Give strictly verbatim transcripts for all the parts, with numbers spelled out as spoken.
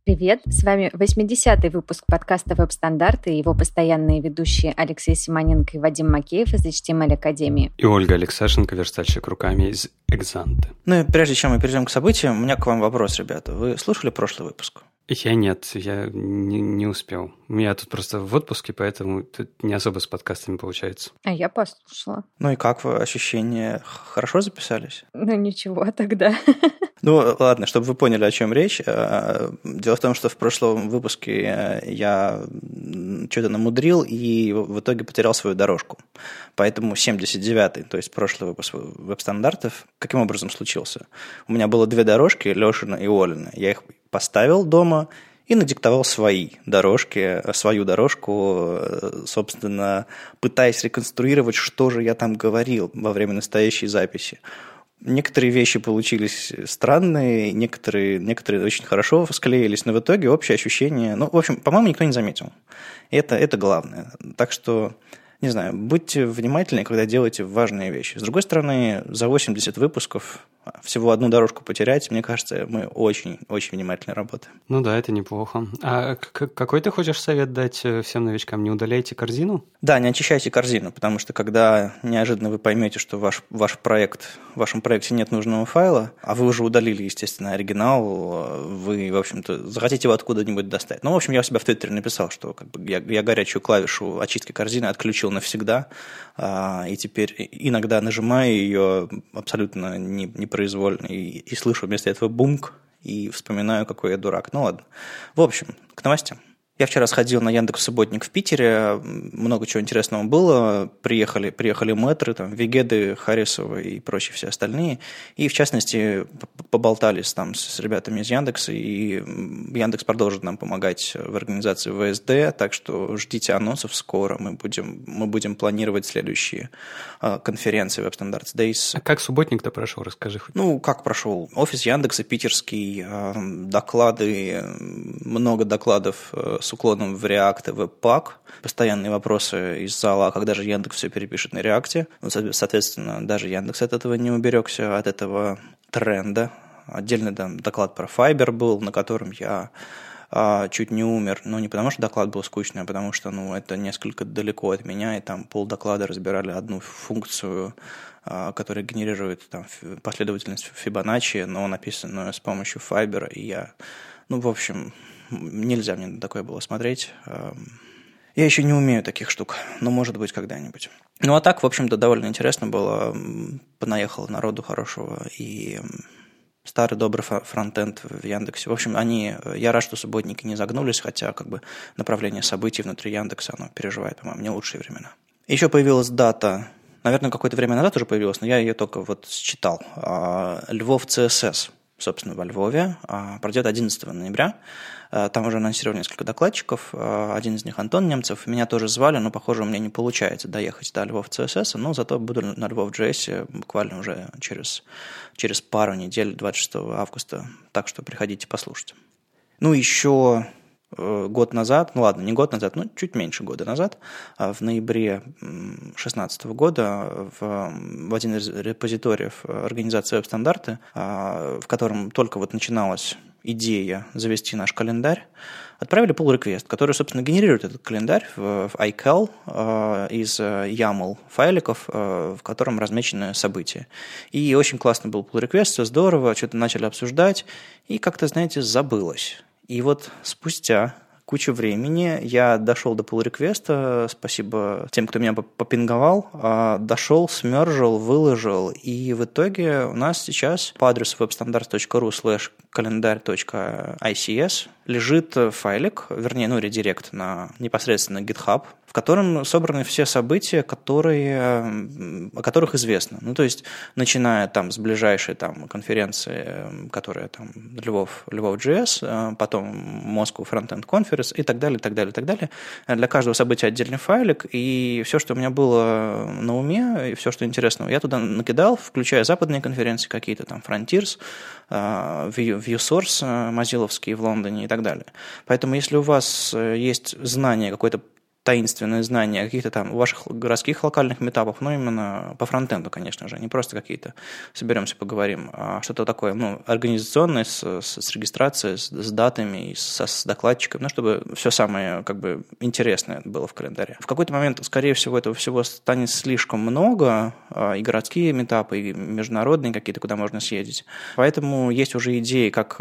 Привет, с вами восьмидесятый выпуск подкаста «Веб-стандарты» и его постоянные ведущие Алексей Симоненко и Вадим Макеев из эйч ти эм эль Академии. И Ольга Алексашенко, верстальщик руками из Экзанты. Ну и прежде чем мы перейдем к событиям, у меня к вам вопрос, ребята. Вы слушали прошлый выпуск? Я нет, я не, не успел. У меня тут просто в отпуске, поэтому тут не особо с подкастами получается. А я послушала. Ну и как вы, ощущения хорошо записались? Ну ничего тогда. Ну ладно, чтобы вы поняли, о чем речь. Дело в том, что в прошлом выпуске я что-то намудрил и в итоге потерял свою дорожку. Поэтому семьдесят девятый, то есть прошлый выпуск веб-стандартов, каким образом случился? У меня было две дорожки, Лешина и Олина. Я их поставил дома и надиктовал свои дорожки, свою дорожку, собственно, пытаясь реконструировать, что же я там говорил во время настоящей записи. Некоторые вещи получились странные, некоторые, некоторые очень хорошо склеились, но в итоге общее ощущение... Ну, в общем, по-моему, никто не заметил. Это, это главное. Так что, не знаю, будьте внимательны, когда делаете важные вещи. С другой стороны, за восемьдесят выпусков всего одну дорожку потерять, мне кажется, мы очень-очень внимательно работаем. Ну да, это неплохо. А какой ты хочешь совет дать всем новичкам? Не удаляйте корзину? Да, не очищайте корзину, потому что когда неожиданно вы поймете, что ваш, ваш проект, в вашем проекте нет нужного файла, а вы уже удалили, естественно, оригинал, вы, в общем-то, захотите его откуда-нибудь достать. Ну, в общем, я у себя в Твиттере написал, что как бы, я, я горячую клавишу очистки корзины отключил навсегда, а, и теперь иногда нажимаю ее абсолютно не, не произвольно, и, и слышу вместо этого бумк, и вспоминаю, какой я дурак. Ну ладно. В общем, к новостям. Я вчера сходил на Яндекс.Субботник в Питере, много чего интересного было, приехали, приехали мэтры, там, Вегеды, Харрисова и прочие все остальные, и в частности поболтались там с ребятами из Яндекса, и Яндекс продолжит нам помогать в организации вэ эс дэ, так что ждите анонсов скоро, мы будем, мы будем планировать следующие конференции Web Standards Days. А как субботник-то прошел, расскажи хоть. Ну, как прошел? Офис Яндекса питерский, доклады, много докладов с уклоном в React и Webpack, постоянные вопросы из зала, а когда же Яндекс все перепишет на React. Ну, соответственно, даже Яндекс от этого не уберегся, от этого тренда. Отдельный там доклад про Fiber был, на котором я а, чуть не умер. Но не потому, что доклад был скучный, а потому что ну, это несколько далеко от меня, и там полдоклада разбирали одну функцию, а, которая генерирует там, последовательность Fibonacci, но написанную с помощью Fiber, и я, ну, в общем... Нельзя мне на такое было смотреть. Я еще не умею таких штук, но, может быть, когда-нибудь. Ну, а так, в общем-то, довольно интересно было. Понаехало народу хорошего и старый добрый фронтенд в Яндексе. В общем, они, я рад, что субботники не загнулись, хотя как бы направление событий внутри Яндекса, оно переживает, по-моему, не лучшие времена. Еще появилась дата, наверное, какое-то время назад уже появилась, но я ее только вот считал. Львов си эс эс. Собственно, во Львове, пройдет одиннадцатого ноября. Там уже анонсировали несколько докладчиков, один из них Антон Немцев. Меня тоже звали, но, похоже, у меня не получается доехать до Львов си эс эс, но зато буду на Львов джей эс буквально уже через, через пару недель, двадцать шестого августа, так что приходите послушать. Ну, еще год назад, ну ладно, не год назад, но чуть меньше года назад, в ноябре две тысячи шестнадцатого года в, в один из репозиториев организации Веб-стандарты, в котором только вот начиналась идея завести наш календарь, отправили pull request, который, собственно, генерирует этот календарь в, в iCal из ямл файликов, в котором размечены события. И очень классно был pull request, все здорово, что-то начали обсуждать, и как-то, знаете, забылось. И вот спустя кучу времени я дошел до pull-реквеста, спасибо тем, кто меня попинговал, дошел, смержил, выложил, и в итоге у нас сейчас по адресу webstandards.ru слэш календарь.ics лежит файлик, вернее, ну, редирект на непосредственно GitHub, в котором собраны все события, которые, о которых известно. Ну, то есть, начиная там с ближайшей там конференции, которая там Львов, Львов джей эс, потом Moscow Frontend Conference и так далее, и так далее, и так далее. Для каждого события отдельный файлик, и все, что у меня было на уме, и все, что интересного, я туда накидал, включая западные конференции какие-то, там Frontiers, ViewSource, мозиловские в Лондоне и так далее. Поэтому, если у вас есть знание какой-то таинственные знания о каких-то там ваших городских локальных митапах, но именно по фронтенду, конечно же, не просто какие-то соберемся, поговорим, а что-то такое, ну, организационное, с, с, с регистрацией, с, с датами, с, с докладчиком, ну, чтобы все самое, как бы, интересное было в календаре. В какой-то момент, скорее всего, этого всего станет слишком много, и городские митапы, и международные какие-то, куда можно съездить. Поэтому есть уже идеи, как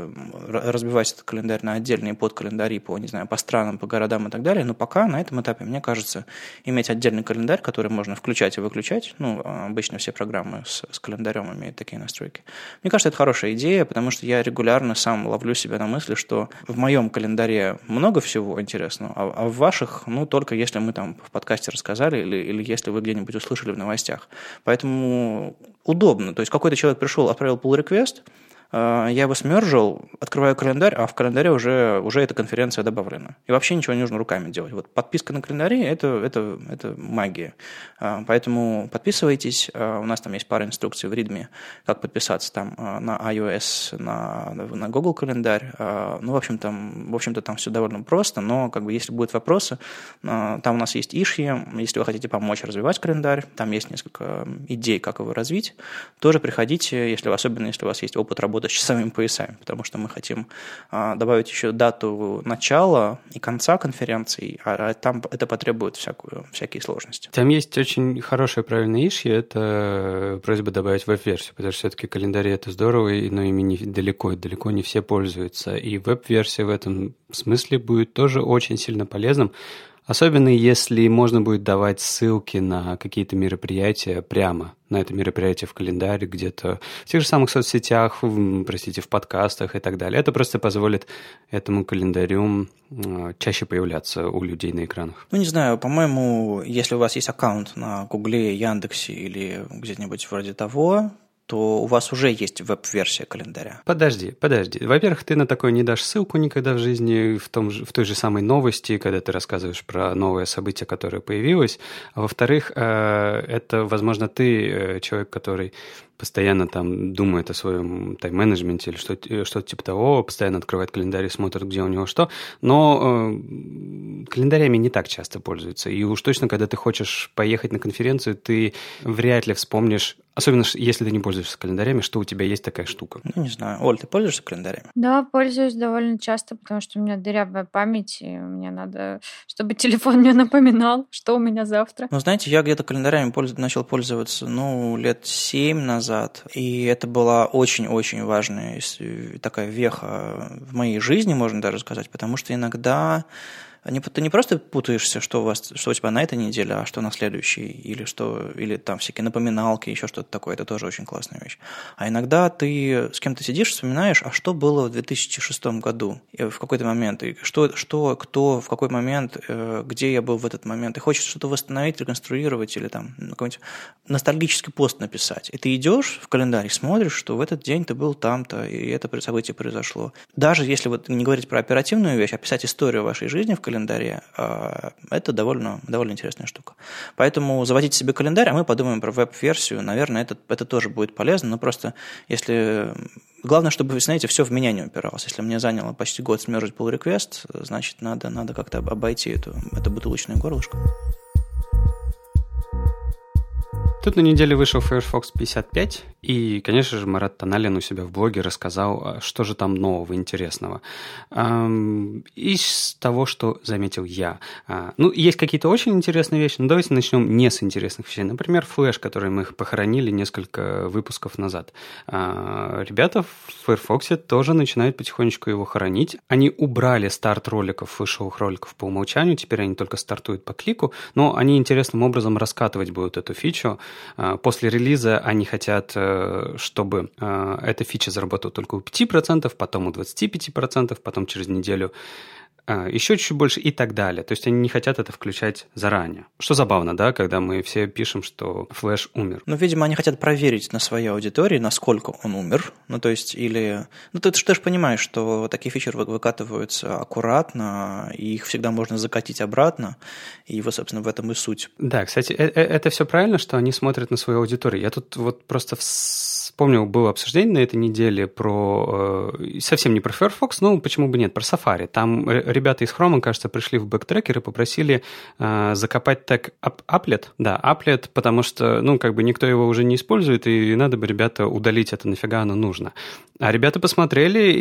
разбивать этот календарь на отдельные подкалендари по, не знаю, по странам, по городам и так далее, но пока на этом этапе, мне кажется, иметь отдельный календарь, который можно включать и выключать, ну, обычно все программы с, с календарем имеют такие настройки. Мне кажется, это хорошая идея, потому что я регулярно сам ловлю себя на мысли, что в моем календаре много всего интересного, а, а в ваших, ну, только если мы там в подкасте рассказали или, или если вы где-нибудь услышали в новостях. Поэтому удобно. То есть какой-то человек пришел, отправил pull-request, я его смержил, открываю календарь, а в календаре уже, уже эта конференция добавлена. И вообще ничего не нужно руками делать. Вот подписка на календаре это, – это, это магия. Поэтому подписывайтесь. У нас там есть пара инструкций в Readme, как подписаться там на iOS, на, на Google календарь. Ну, в общем-то, в общем-то, там все довольно просто, но как бы, если будут вопросы, там у нас есть ишьи. Если вы хотите помочь развивать календарь, там есть несколько идей, как его развить. Тоже приходите, если, особенно если у вас есть опыт работы с часовыми поясами, потому что мы хотим а, добавить еще дату начала и конца конференции, а, а там это потребует всякую, всякие сложности. Там есть очень хорошая правильная ишья, это просьба добавить веб-версию, потому что все-таки календари это здорово, но ими не, далеко, далеко не все пользуются, и веб-версия в этом смысле будет тоже очень сильно полезным. Особенно если можно будет давать ссылки на какие-то мероприятия прямо на это мероприятие в календаре, где-то в тех же самых соцсетях, в, простите, в подкастах и так далее. Это просто позволит этому календарю чаще появляться у людей на экранах. Ну, не знаю, по-моему, если у вас есть аккаунт на Гугле, Яндексе или где-нибудь вроде того, то у вас уже есть веб-версия календаря. Подожди, подожди. Во-первых, ты на такое не дашь ссылку никогда в жизни, в, том же, в той же самой новости, когда ты рассказываешь про новое событие, которое появилось. А во-вторых, это, возможно, ты человек, который постоянно там думает о своем тайм-менеджменте или что-то, что-то типа того, постоянно открывает календарь и смотрит, где у него что, но э, календарями не так часто пользуются. И уж точно, когда ты хочешь поехать на конференцию, ты вряд ли вспомнишь, особенно если ты не пользуешься календарями, что у тебя есть такая штука. Ну, не знаю. Оль, ты пользуешься календарями? Да, пользуюсь довольно часто, потому что у меня дырявая память, и мне надо, чтобы телефон мне напоминал, что у меня завтра. Ну, знаете, я где-то календарями пользу... начал пользоваться, ну, лет семь назад, и это была очень-очень важная такая веха в моей жизни, можно даже сказать, потому что иногда ты не просто путаешься, что у вас, что у тебя на этой неделе, а что на следующей, или что, или там всякие напоминалки, еще что-то такое, это тоже очень классная вещь. А иногда ты с кем-то сидишь, вспоминаешь, а что было в две тысячи шестом году, и в какой-то момент, и что, что, кто, в какой момент, где я был в этот момент, и хочешь что-то восстановить, реконструировать, или там какой-нибудь ностальгический пост написать. И ты идешь в календарь и смотришь, что в этот день ты был там-то, и это событие произошло. Даже если вот не говорить про оперативную вещь, а писать историю вашей жизни в календаре, календаре, это довольно, довольно интересная штука. Поэтому заводите себе календарь, а мы подумаем про веб-версию. Наверное, это, это тоже будет полезно, но просто если... Главное, чтобы, вы знаете, все в меня не упиралось. Если мне заняло почти год смержить pull request, значит, надо, надо как-то обойти эту, это бутылочное горлышко. Тут на неделе вышел Firefox пятьдесят пять, и, конечно же, Марат Таналин у себя в блоге рассказал, что же там нового, интересного. Из того, что заметил я. Ну, есть какие-то очень интересные вещи, но давайте начнем не с интересных вещей. Например, Flash, который мы похоронили несколько выпусков назад. Ребята в Firefox тоже начинают потихонечку его хоронить. Они убрали старт роликов, флешовых роликов по умолчанию, теперь они только стартуют по клику, но они интересным образом раскатывать будут эту фичу. После релиза они хотят, чтобы эта фича заработала только у пяти процентов, потом у двадцати пяти процентов, потом через неделю еще чуть-чуть больше и так далее. То есть они не хотят это включать заранее. Что забавно, да, когда мы все пишем, что Flash умер. Ну, видимо, они хотят проверить на своей аудитории, насколько он умер. Ну, то есть, или... Ну, ты, ты же понимаешь, что такие фичи выкатываются аккуратно, и их всегда можно закатить обратно, и вот, собственно, в этом и суть. Да, кстати, это все правильно, что они смотрят на свою аудиторию. Я тут вот просто вспомнил, было обсуждение на этой неделе про... Совсем не про Firefox, но почему бы нет, про Safari. Там ребята из Chrome, кажется, пришли в бэктрекер и попросили э, закопать тег applet. Да, applet, потому что, ну, как бы никто его уже не использует, и надо бы, ребята, удалить это, нафига оно нужно. А ребята посмотрели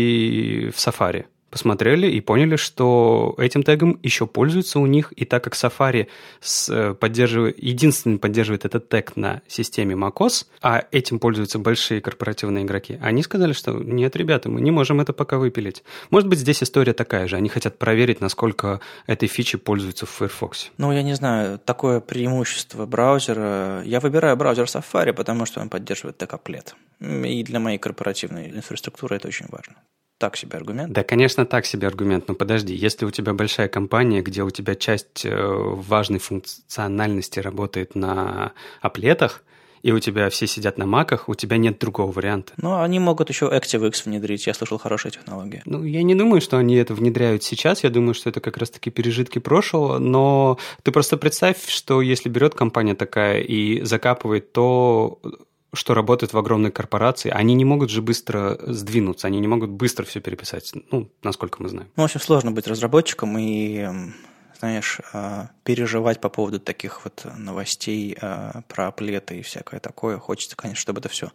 и в Safari. Посмотрели и поняли, что этим тегом еще пользуются у них, и так как Safari поддерживает, единственный поддерживает этот тег на системе macOS, а этим пользуются большие корпоративные игроки, они сказали, что нет, ребята, мы не можем это пока выпилить. Может быть, здесь история такая же, они хотят проверить, насколько этой фичей пользуются в Firefox. Ну, я не знаю, такое преимущество браузера. Я выбираю браузер Safari, потому что он поддерживает тег applet. И для моей корпоративной инфраструктуры это очень важно. Так себе аргумент? Да, конечно, так себе аргумент, но подожди, если у тебя большая компания, где у тебя часть важной функциональности работает на аплетах, и у тебя все сидят на маках, у тебя нет другого варианта. Ну, они могут еще ActiveX внедрить, я слышал, хорошая технология. Ну, я не думаю, что они это внедряют сейчас, я думаю, что это как раз-таки пережитки прошлого, но ты просто представь, что если берет компания такая и закапывает то, что работает в огромной корпорации, они не могут же быстро сдвинуться, они не могут быстро все переписать, ну, насколько мы знаем. Ну, в общем, сложно быть разработчиком и, знаешь, переживать по поводу таких вот новостей про аплеты и всякое такое. Хочется, конечно, чтобы это все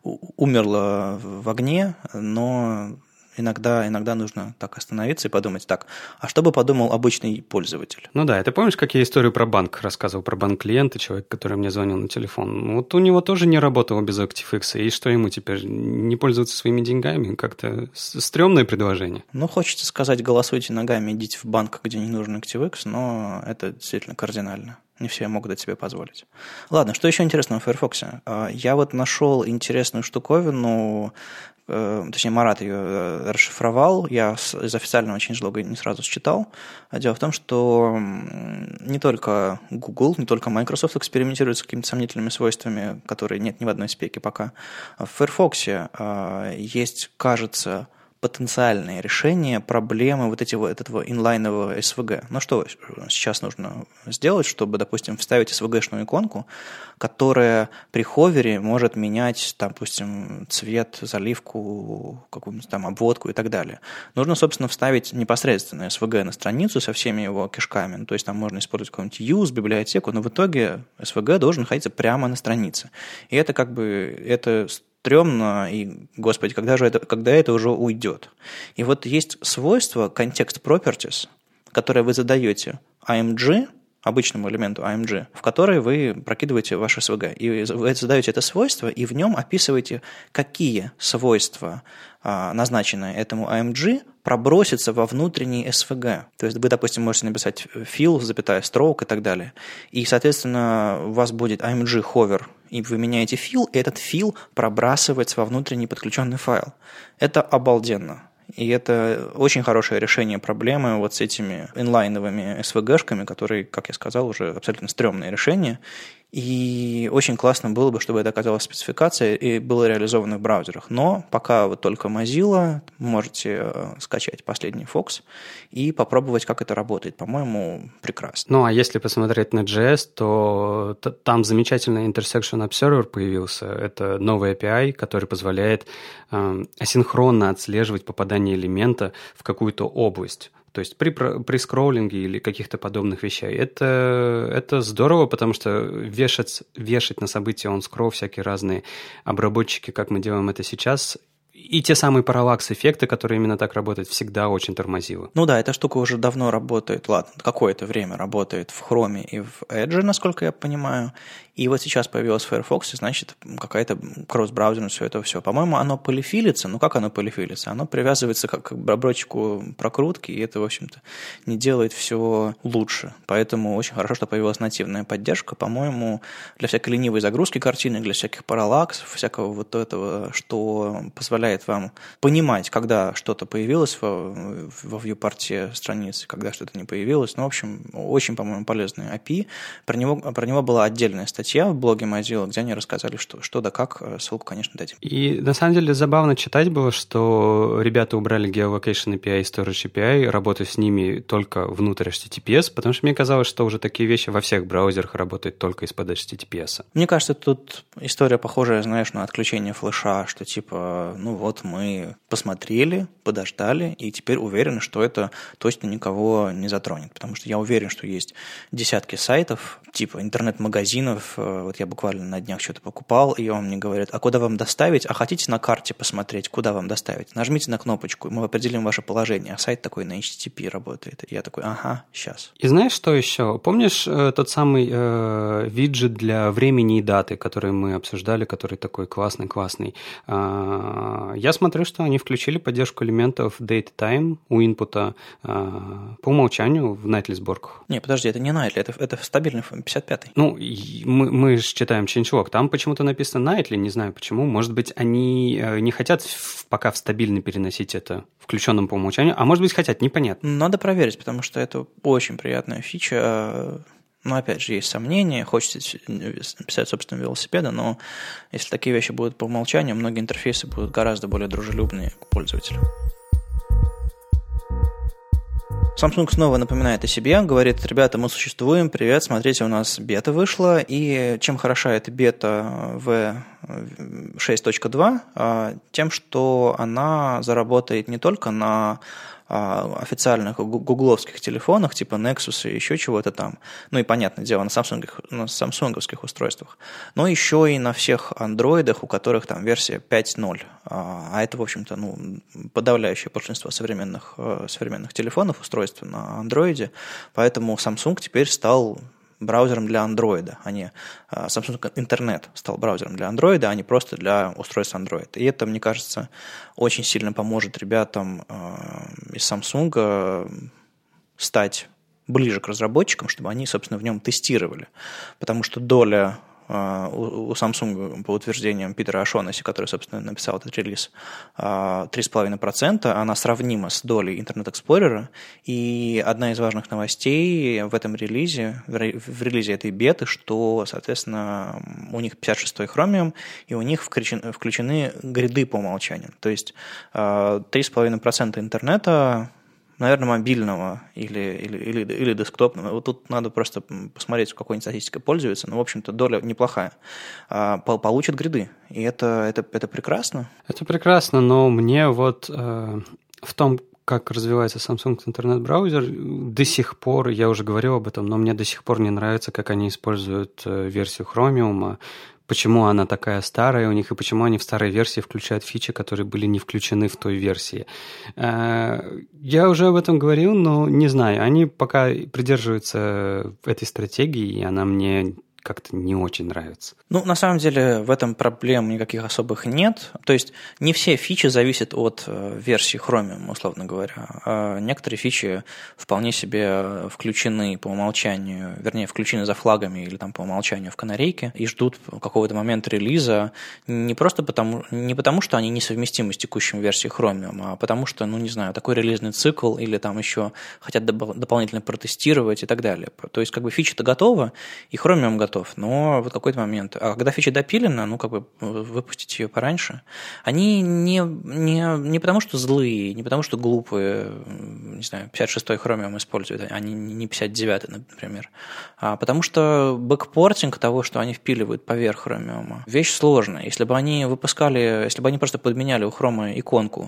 умерло в огне, но Иногда, иногда нужно так остановиться и подумать, так, а что бы подумал обычный пользователь? Ну да, ты помнишь, как я историю про банк рассказывал, про банк-клиента, человек, который мне звонил на телефон? Вот у него тоже не работало без ActiveX, и что ему теперь, не пользоваться своими деньгами? Как-то стрёмное предложение. Ну, хочется сказать, голосуйте ногами, идите в банк, где не нужен ActiveX, но это действительно кардинально. Не все могут это себе позволить. Ладно, что еще интересного в Firefox? Я вот нашел интересную штуковину, точнее, Марат ее расшифровал, я из официального changelog не сразу считал. Дело в том, что не только Google, не только Microsoft экспериментируют с какими-то сомнительными свойствами, которые нет ни в одной спеке пока. В Firefox есть, кажется, потенциальные решения проблемы вот этого, этого инлайнового эс ви джи. Ну что сейчас нужно сделать, чтобы, допустим, вставить эс ви джи-шную иконку, которая при ховере может менять, там, допустим, цвет, заливку, какую-нибудь там обводку и так далее. Нужно, собственно, вставить непосредственно эс ви джи на страницу со всеми его кишками. Ну, то есть там можно использовать какой-нибудь use, библиотеку, но в итоге эс ви джи должен находиться прямо на странице. И это как бы... это стрёмно, и, господи, когда же это, когда это уже уйдет? И вот есть свойство context properties, которое вы задаете эй эм джи, обычному элементу эй эм джи, в который вы прокидываете ваш эс ви джи. И вы задаете это свойство, и в нем описываете, какие свойства, назначенные этому эй эм джи, пробросятся во внутренний эс ви джи. То есть вы, допустим, можете написать fill, запятая, stroke и так далее. И, соответственно, у вас будет эй эм джи hover, и вы меняете fill, и этот fill пробрасывается во внутренний подключенный файл. Это обалденно. И это очень хорошее решение проблемы вот с этими инлайновыми эс ви джи-шками, которые, как я сказал, уже абсолютно стрёмные решения. И очень классно было бы, чтобы это оказалась спецификация и было реализовано в браузерах. Но пока вот только Mozilla, можете скачать последний Fox и попробовать, как это работает. По-моему, прекрасно. Ну, а если посмотреть на джей эс, то там замечательный Intersection Observer появился. Это новый эй пи ай, который позволяет э, асинхронно отслеживать попадание элемента в какую-то область. То есть при, при скроллинге или каких-то подобных вещей. Это, это здорово, потому что вешать, вешать на события on-scroll всякие разные обработчики, как мы делаем это сейчас, и те самые параллакс-эффекты, которые именно так работают, всегда очень тормозило. Ну да, эта штука уже давно работает, ладно, какое-то время работает в Chrome и в Edge, насколько я понимаю. И вот сейчас появилась Firefox, и значит, какая-то кросс-браузерность, все это все. По-моему, оно полифилится. Ну, как оно полифилится? Оно привязывается как к обработчику прокрутки, и это, в общем-то, не делает все лучше. Поэтому очень хорошо, что появилась нативная поддержка. По-моему, для всякой ленивой загрузки картинок, для всяких параллаксов, всякого вот этого, что позволяет вам понимать, когда что-то появилось во, во вьюпорте страницы, когда что-то не появилось. Ну, в общем, очень, по-моему, полезный эй пи ай. Про него, про него была отдельная статья в блоге Mozilla, где они рассказали, что, что да как, ссылку, конечно, дадим. И на самом деле забавно читать было, что ребята убрали Geolocation эй пи ай и Storage эй пи ай, работая с ними только внутрь эйч ти ти пи эс, потому что мне казалось, что уже такие вещи во всех браузерах работают только из-под эйч ти ти пи эс. Мне кажется, тут история похожая, знаешь, на отключение флеша, что типа, ну ну вот мы посмотрели, подождали, и теперь уверены, что это точно никого не затронет. Потому что я уверен, что есть десятки сайтов, типа интернет-магазинов. Вот я буквально на днях что-то покупал, и он мне говорит, а куда вам доставить? А хотите на карте посмотреть, куда вам доставить? Нажмите на кнопочку, мы определим ваше положение. А сайт такой на эйч ти ти пи работает. И я такой, ага, сейчас. И знаешь, что еще? Помнишь э, тот самый э, виджет для времени и даты, который мы обсуждали, который такой классный-классный? Э, я смотрю, что они включили поддержку элементов date time у инпута э, по умолчанию в Nightly сборках. Не, подожди, это не Nightly, это, это стабильный пятьдесят пятый. Ну, мы, мы же читаем changelog, там почему-то написано Nightly, не знаю почему. Может быть, они не хотят в, пока в стабильно переносить это включенным по умолчанию, а может быть, хотят, непонятно. Надо проверить, потому что это очень приятная фича. Но, опять же, есть сомнения, хочется писать собственного велосипеда, но если такие вещи будут по умолчанию, многие интерфейсы будут гораздо более дружелюбные к пользователю. Samsung снова напоминает о себе, говорит, ребята, мы существуем, привет, смотрите, у нас бета вышла, и чем хороша эта бета в шесть точка два, тем, что она заработает не только на официальных гугловских телефонах, типа Nexus и еще чего-то там, ну и, понятное дело, на, Samsung, на самсунговских устройствах, но еще и на всех андроидах, у которых там версия пять ноль, а это, в общем-то, ну, подавляющее большинство современных, современных телефонов, устройств на андроиде, поэтому Samsung теперь стал браузером для андроида, а не Samsung Интернет стал браузером для андроида, а не просто для устройств Android. И это, мне кажется, очень сильно поможет ребятам из Samsung стать ближе к разработчикам, чтобы они, собственно, в нем тестировали. Потому что доля у Samsung, по утверждениям Питера Ашонаси, который, собственно, написал этот релиз, три с половиной процента, она сравнима с долей Internet Explorer, и одна из важных новостей в этом релизе, в релизе этой беты, что, соответственно, у них пятьдесят шестой Chromium, и у них включены, включены гриды по умолчанию. То есть три с половиной процента интернета, наверное, мобильного или, или, или, или десктопного. Вот тут надо просто посмотреть, какой-нибудь статистикой пользуется. Но, в общем-то, доля неплохая. Получат гриды. И это, это, это прекрасно. Это прекрасно, но мне вот э, в том, как развивается Samsung интернет-браузер, до сих пор, я уже говорил об этом, но мне до сих пор не нравится, как они используют версию Chromium, почему она такая старая у них, и почему они в старой версии включают фичи, которые были не включены в той версии. Я уже об этом говорил, но не знаю, они пока придерживаются этой стратегии, и она мне как-то не очень нравится. Ну, на самом деле, в этом проблем никаких особых нет. То есть, не все фичи зависят от версии Chromium, условно говоря. А некоторые фичи вполне себе включены по умолчанию, вернее, включены за флагами или там по умолчанию в канарейке и ждут какого-то момента релиза не просто потому, не потому, что они несовместимы с текущей версией Chromium, а потому что, ну, не знаю, такой релизный цикл или там еще хотят дополнительно протестировать и так далее. То есть, как бы фича-то готова, и Chromium готов, но вот какой-то момент. А когда фича допилена, ну, как бы выпустить ее пораньше, они не, не, не потому, что злые, не потому, что глупые, не знаю, пятьдесят шестой Chromium используют, они не пятьдесят девятый, например, а потому что бэкпортинг того, что они впиливают поверх Chromium, вещь сложная. Если бы они выпускали, если бы они просто подменяли у Chrome иконку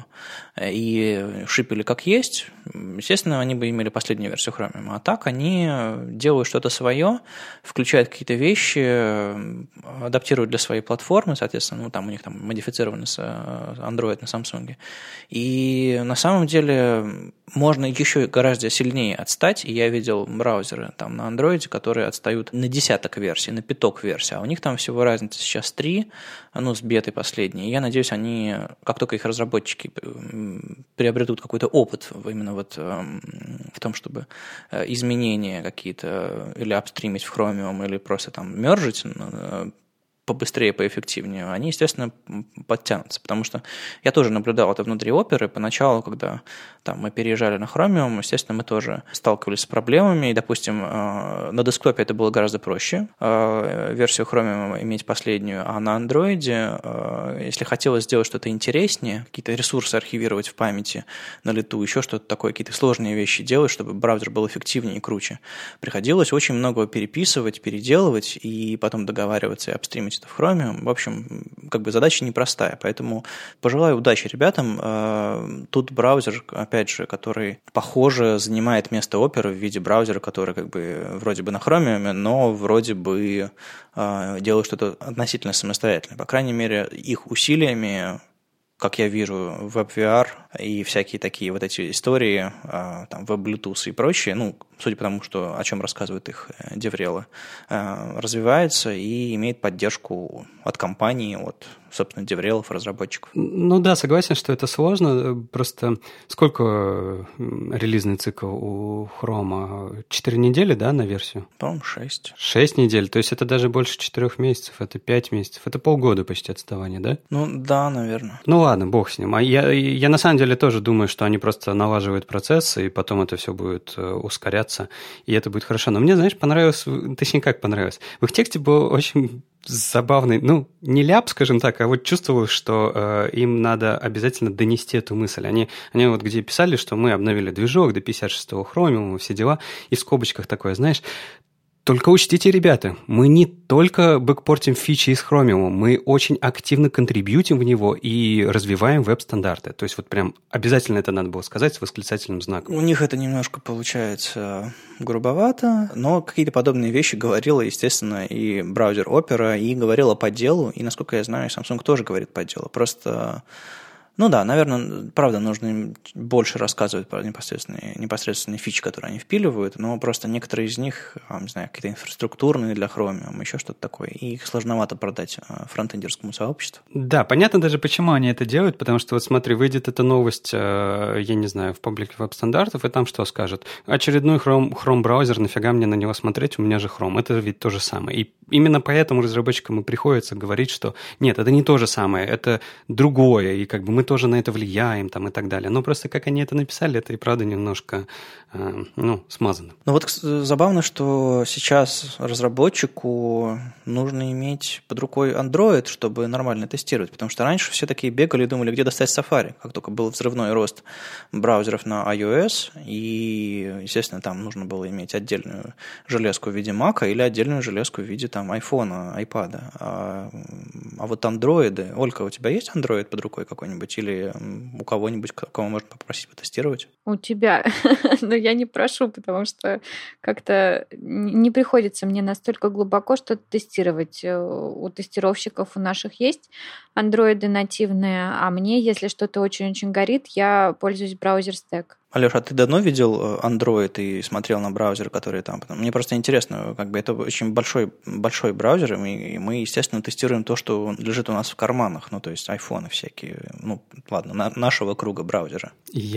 и шипили как есть, естественно, они бы имели последнюю версию Chromium. А так они делают что-то свое, включают какие-то вещи, адаптируют для своей платформы, соответственно, ну, там у них там модифицированы с Android на Samsung. И на самом деле можно еще гораздо сильнее отстать, и я видел браузеры там на Android, которые отстают на десяток версий, на пяток версий, а у них там всего разница сейчас три, ну, с бетой последней. И я надеюсь, они, как только их разработчики приобретут какой-то опыт именно вот в том, чтобы изменения какие-то или апстримить в Chromium, или просто там мержить побыстрее, поэффективнее, они, естественно, подтянутся. Потому что я тоже наблюдал это внутри оперы. Поначалу, когда там, мы переезжали на Chromium, естественно, мы тоже сталкивались с проблемами. И, допустим, на десктопе это было гораздо проще, версию Chromium иметь последнюю, а на Android, если хотелось сделать что-то интереснее, какие-то ресурсы архивировать в памяти на лету, еще что-то такое, какие-то сложные вещи делать, чтобы браузер был эффективнее и круче, приходилось очень много переписывать, переделывать и потом договариваться и апстримить это в Chromium. В общем, как бы задача непростая, поэтому пожелаю удачи ребятам. Тут браузер, опять же, который, похоже, занимает место Opera в виде браузера, который как бы вроде бы на Chromium, но вроде бы делает что-то относительно самостоятельное. По крайней мере, их усилиями, как я вижу, WebVR и всякие такие вот эти истории, там, WebBluetooth и прочее, ну, судя по тому, что, о чем рассказывают их деврелы, развивается и имеет поддержку от компании, от, собственно, деврелов, разработчиков. Ну да, согласен, что это сложно. Просто сколько релизный цикл у Chrome? Четыре недели, да, на версию? По-моему, шесть. Шесть недель, то есть это даже больше четырех месяцев, это пять месяцев, это полгода почти отставания, да? Ну да, наверное. Ну ладно, бог с ним. А я, я на самом деле тоже думаю, что они просто налаживают процессы, и потом это все будет ускоряться, и это будет хорошо. Но мне, знаешь, понравилось, точнее, как понравилось, в их тексте был очень забавный, ну, не ляп, скажем так, а вот чувствовалось, что э, им надо обязательно донести эту мысль. Они, они вот где писали, что мы обновили движок до пятьдесят шестого Chromium, все дела, и в скобочках такое, знаешь, только учтите, ребята, мы не только бэкпортим фичи из Chromium, мы очень активно контрибьютим в него и развиваем веб-стандарты. То есть вот прям обязательно это надо было сказать с восклицательным знаком. У них это немножко получается грубовато, но какие-то подобные вещи говорила, естественно, и браузер Opera, и говорила по делу, и, насколько я знаю, Samsung тоже говорит по делу. Просто... Ну да, наверное, правда, нужно им больше рассказывать про непосредственные, непосредственные фичи, которые они впиливают, но просто некоторые из них, не знаю, какие-то инфраструктурные для Chromium, еще что-то такое, и их сложновато продать фронтендерскому сообществу. Да, понятно даже, почему они это делают, потому что вот смотри, выйдет эта новость, я не знаю, в паблике веб-стандартов, и там что скажут? Очередной Chrome, Chrome браузер, нафига мне на него смотреть, у меня же Chrome. Это ведь то же самое. И именно поэтому разработчикам и приходится говорить, что нет, это не то же самое, это другое, и как бы мы тоже на это влияем там, и так далее. Но просто как они это написали, это и правда немножко э, ну, смазано. Ну вот забавно, что сейчас разработчику нужно иметь под рукой Android, чтобы нормально тестировать, потому что раньше все такие бегали и думали, где достать Safari, как только был взрывной рост браузеров на iOS, и, естественно, там нужно было иметь отдельную железку в виде Mac или отдельную железку в виде там iPhone, iPad. А, а вот андроиды... Ольга, у тебя есть Android под рукой какой-нибудь или у кого-нибудь, кого можно попросить потестировать? У тебя. Но я не прошу, потому что как-то не приходится мне настолько глубоко что-то тестировать. У тестировщиков у наших есть андроиды нативные, а мне, если что-то очень-очень горит, я пользуюсь браузер Stack. Алеша, а ты давно видел Android и смотрел на браузеры, которые там? Мне просто интересно, как бы это очень большой, большой браузер, и мы, и мы, естественно, тестируем то, что лежит у нас в карманах, ну, то есть айфоны всякие, ну, ладно, на, нашего круга браузера.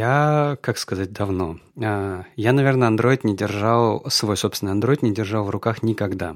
Я, как сказать, давно. Я, наверное, Android не держал, свой собственный Android не держал в руках никогда.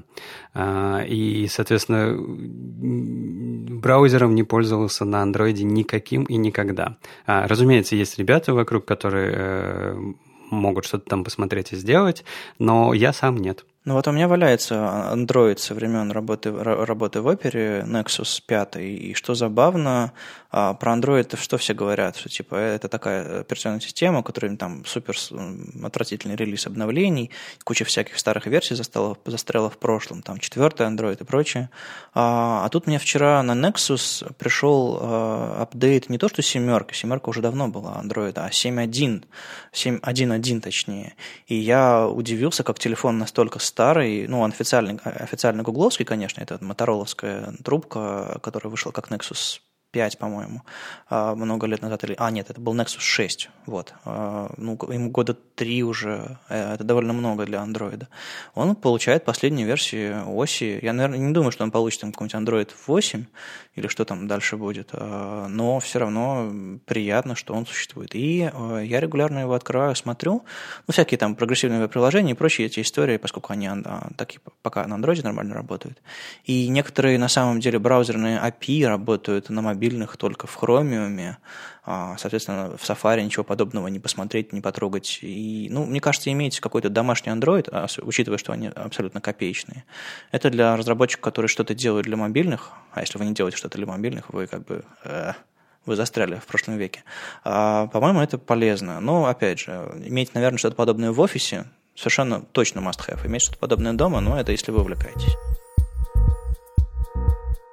И, соответственно, браузером не пользовался на Android никаким и никогда. Разумеется, есть ребята вокруг, которые могут что-то там посмотреть и сделать, но я сам нет. Ну вот у меня валяется Android со времен работы, работы в Opera, Nexus пять, и что забавно, про Android что все говорят, что типа это такая операционная система, у которой там супер отвратительный релиз обновлений, куча всяких старых версий застряла, застряла в прошлом, там четвертый Android и прочее. А, а тут мне вчера на Nexus пришел а, апдейт не то что семерка, семерка уже давно была Android, а семь один, семь один один точнее. И я удивился, как телефон настолько старый, ну, он официальный, официально гугловский, конечно, это мотороловская трубка, которая вышла как Nexus пять, по-моему, много лет назад. Или... А, нет, это был Nexus шесть. Вот. Ну, ему года три уже. Это довольно много для Android. Он получает последнюю версию оси. Я, наверное, не думаю, что он получит там какой-нибудь Android восемь или что там дальше будет. Но все равно приятно, что он существует. И я регулярно его открываю, смотрю. Ну, всякие там прогрессивные приложения и прочие эти истории, поскольку они такие пока на Android нормально работают. И некоторые, на самом деле, браузерные эй пи ай работают на мобильном только в Chromium, соответственно, в Safari ничего подобного не посмотреть, не потрогать. И, ну, мне кажется, иметь какой-то домашний Android, учитывая, что они абсолютно копеечные, это для разработчиков, которые что-то делают для мобильных, а если вы не делаете что-то для мобильных, вы как бы... Э, вы застряли в прошлом веке. А, по-моему, это полезно. Но, опять же, иметь, наверное, что-то подобное в офисе совершенно точно must-have. Иметь что-то подобное дома, но это если вы увлекаетесь.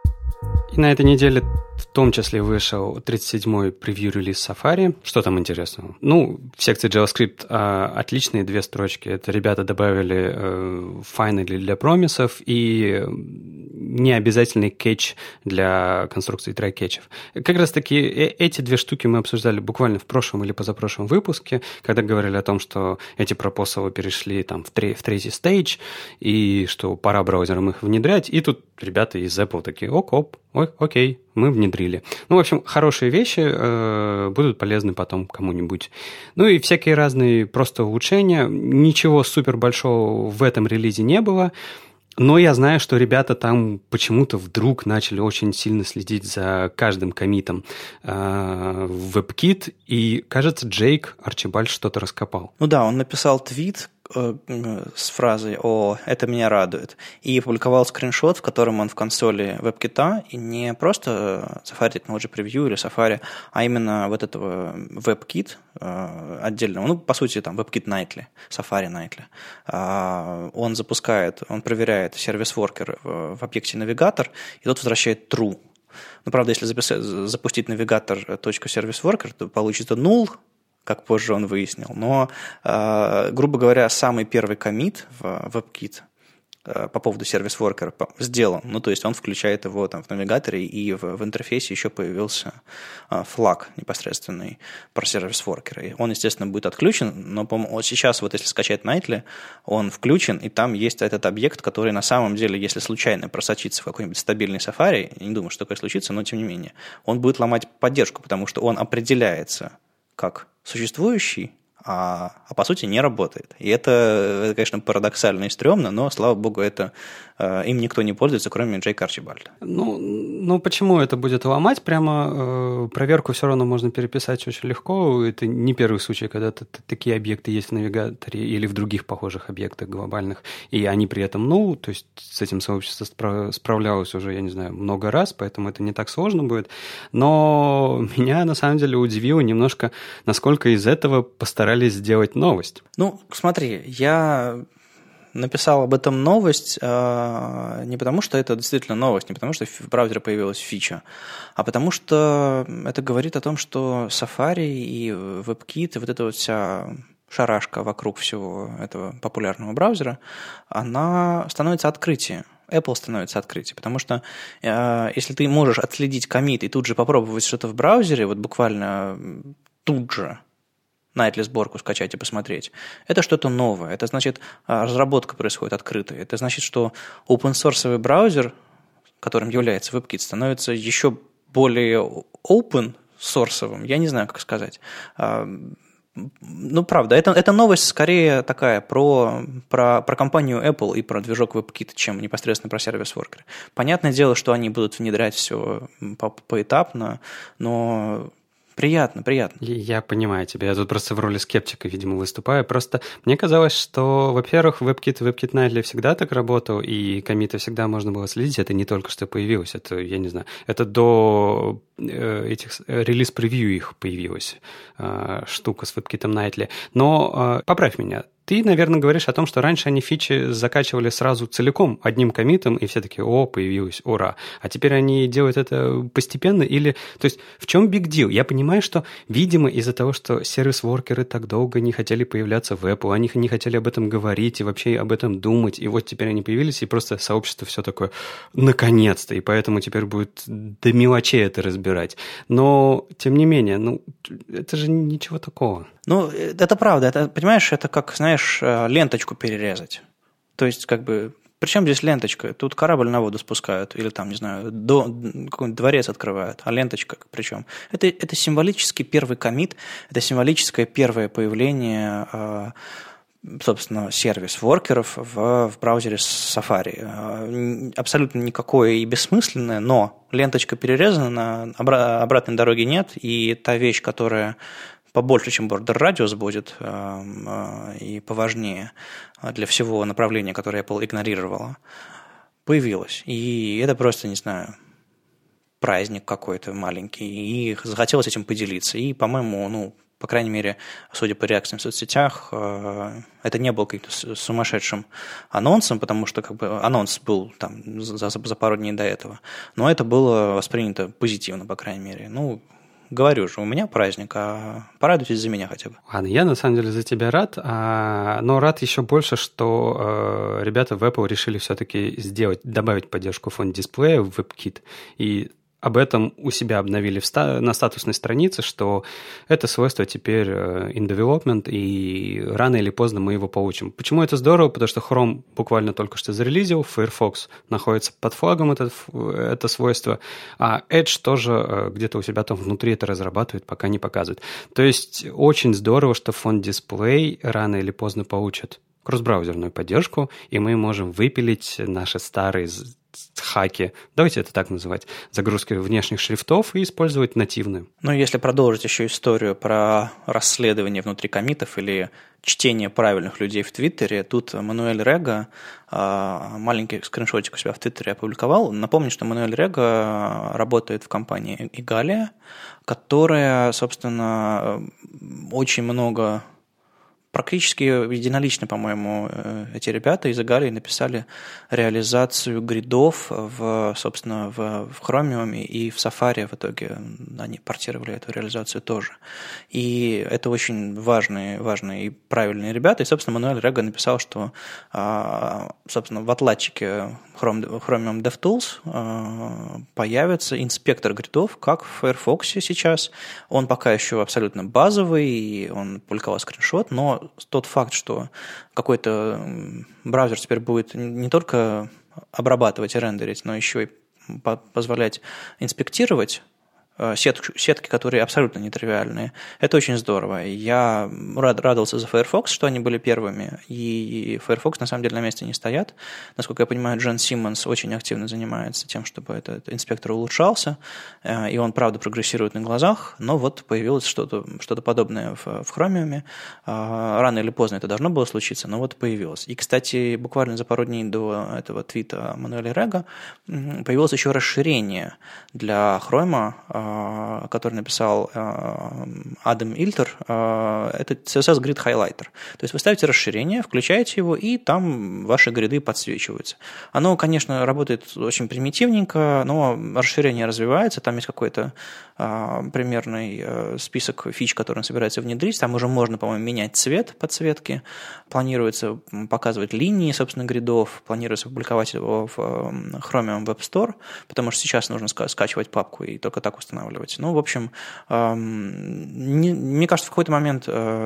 И на этой неделе в том числе вышел тридцать седьмой превью-релиз Safari. Что там интересного? Ну, в секции JavaScript а, отличные две строчки. Это ребята добавили э, finally для промисов и необязательный кетч для конструкции try-кетчев. Как раз-таки эти две штуки мы обсуждали буквально в прошлом или позапрошлом выпуске, когда говорили о том, что эти пропосалы перешли там, в, тре- в третий стейдж, и что пора браузерам их внедрять. И тут ребята из Apple такие, оп-оп, ой, окей, мы внедрили. Ну, в общем, хорошие вещи э, будут полезны потом кому-нибудь. Ну и всякие разные просто улучшения. Ничего супер большого в этом релизе не было. Но я знаю, что ребята там почему-то вдруг начали очень сильно следить за каждым коммитом э, в WebKit, и, кажется, Джейк Арчибальд что-то раскопал. Ну да, он написал твит э, с фразой «О, это меня радует», и опубликовал скриншот, в котором он в консоли WebKit, и не просто Safari Technology Preview или Safari, а именно вот этого WebKit э, отдельного, ну, по сути, там WebKit Nightly, Safari Nightly. Э, он запускает, он проверяет сервис-воркер в, в объекте навигатор, и тот возвращает true. Ну, правда, если записать, запустить навигатор .serviceWorker, то получится null, как позже он выяснил. Но, э, грубо говоря, самый первый коммит в WebKit э, по поводу сервис-воркера сделан. Ну, то есть он включает его там в навигаторе, и в, в интерфейсе еще появился э, флаг непосредственный про сервис-воркера. И он, естественно, будет отключен, но, по-моему, вот сейчас, вот если скачать Nightly, он включен, и там есть этот объект, который на самом деле, если случайно просочится в какой-нибудь стабильный Safari, я не думаю, что такое случится, но тем не менее, он будет ломать поддержку, потому что он определяется как существующий, а, а по сути не работает. И это, это, конечно, парадоксально и стрёмно, но, слава богу, это э, им никто не пользуется, кроме Джейка Арчибальда. Ну, ну, почему это будет ломать? Прямо э, проверку все равно можно переписать очень легко. Это не первый случай, когда т- т- такие объекты есть в навигаторе или в других похожих объектах глобальных, и они при этом, ну, то есть с этим сообщество спра- справлялось уже, я не знаю, много раз, поэтому это не так сложно будет. Но меня, на самом деле, удивило немножко, насколько из этого постарались сделать новость. Ну, смотри, я написал об этом новость э, не потому, что это действительно новость, не потому, что в браузере появилась фича, а потому что это говорит о том, что Safari и WebKit, и вот эта вот вся шарашка вокруг всего этого популярного браузера, она становится открытием. Apple становится открытием, потому что э, если ты можешь отследить коммит и тут же попробовать что-то в браузере, вот буквально тут же, Nightly сборку скачать и посмотреть. Это что-то новое. Это значит, разработка происходит открытая. Это значит, что open-source браузер, которым является WebKit, становится еще более open-source. Я не знаю, как сказать. Ну, правда, это, это новость скорее такая про, про, про компанию Apple и про движок WebKit, чем непосредственно про сервис-воркеры. Понятное дело, что они будут внедрять все по, поэтапно, но... Приятно, приятно. Я понимаю тебя. Я тут просто в роли скептика, видимо, выступаю. Просто мне казалось, что, во-первых, WebKit и WebKit Nightly всегда так работал, и коммиты всегда можно было следить. Это не только что появилось. Это, я не знаю, это до э, этих релиз-превью их появилась э, штука с WebKit Nightly. Но э, поправь меня. Ты, наверное, говоришь о том, что раньше они фичи закачивали сразу целиком, одним коммитом, и все такие, о, появилось, ура. А теперь они делают это постепенно или... То есть в чем big deal? Я понимаю, что, видимо, из-за того, что сервис-воркеры так долго не хотели появляться в Apple, они не хотели об этом говорить и вообще об этом думать, и вот теперь они появились, и просто сообщество все такое, наконец-то, и поэтому теперь будет до мелочей это разбирать. Но, тем не менее, ну, это же ничего такого. Ну, это правда. Это, понимаешь, это как, знаешь, ленточку перерезать. То есть, как бы, при чем здесь ленточка? Тут корабль на воду спускают, или там, не знаю, до, какой-нибудь дворец открывают, а ленточка причем. Это, это символический первый коммит, это символическое первое появление, собственно, сервис-воркеров в, в браузере Safari. Абсолютно никакое и бессмысленное, но ленточка перерезана, обратной дороги нет, и та вещь, которая побольше, чем border radius будет, и поважнее для всего направления, которое Apple игнорировала, появилась. И это просто, не знаю, праздник какой-то маленький, и захотелось этим поделиться. И, по-моему, ну, по крайней мере, судя по реакциям в соцсетях, это не было каким-то сумасшедшим анонсом, потому что как бы анонс был там за, за пару дней до этого. Но это было воспринято позитивно, по крайней мере. Ну, говорю же, у меня праздник, а порадуйтесь за меня хотя бы. Ладно, я на самом деле за тебя рад, а, но рад еще больше, что э, ребята в Apple решили все-таки сделать, добавить поддержку фон дисплея в WebKit, и об этом у себя обновили в ста- на статусной странице, что это свойство теперь in development, и рано или поздно мы его получим. Почему это здорово? Потому что Chrome буквально только что зарелизил, Firefox находится под флагом это, это свойство, а Edge тоже где-то у себя там внутри это разрабатывает, пока не показывает. То есть очень здорово, что фон дисплей рано или поздно получит кросс-браузерную поддержку, и мы можем выпилить наши старые хаки, давайте это так называть, загрузки внешних шрифтов и использовать нативную. Ну, если продолжить еще историю про расследование внутри коммитов или чтение правильных людей в Твиттере, тут Мануэль Рега маленький скриншотик у себя в Твиттере опубликовал. Напомню, что Мануэль Рега работает в компании Egalia, которая, собственно, очень много... Практически единолично, по-моему, эти ребята из Egalia написали реализацию гридов, в, собственно, в, в Chromium и в Safari. В итоге они портировали эту реализацию тоже. И это очень важные, важные и правильные ребята. И, собственно, Мануэль Рега написал, что, собственно, в отладчике Chromium DevTools появится инспектор гридов, как в Firefox сейчас. Он пока еще абсолютно базовый, и он публиковал скриншот, но тот факт, что какой-то браузер теперь будет не только обрабатывать и рендерить, но еще и позволять инспектировать сетки, сетки, которые абсолютно нетривиальные, это очень здорово. Я рад, радовался за Firefox, что они были первыми, и Firefox на самом деле на месте не стоят. Насколько я понимаю, Джен Симмонс очень активно занимается тем, чтобы этот инспектор улучшался, и он, правда, прогрессирует на глазах, но вот появилось что-то, что-то подобное в, в Chromium. Рано или поздно это должно было случиться, но вот появилось. И, кстати, буквально за пару дней до этого твита Мануэля Рега появилось еще расширение для Chrome, который написал Адам Ильтер, это си эс эс Grid Highlighter. То есть вы ставите расширение, включаете его, и там ваши гриды подсвечиваются. Оно, конечно, работает очень примитивненько, но расширение развивается, там есть какой-то примерный список фич, который он собирается внедрить, там уже можно, по-моему, менять цвет подсветки, планируется показывать линии, собственно, гридов, планируется публиковать его в Chromium Web Store, потому что сейчас нужно скачивать папку и только так устанавливать. Ну, в общем, не, мне кажется, в какой-то момент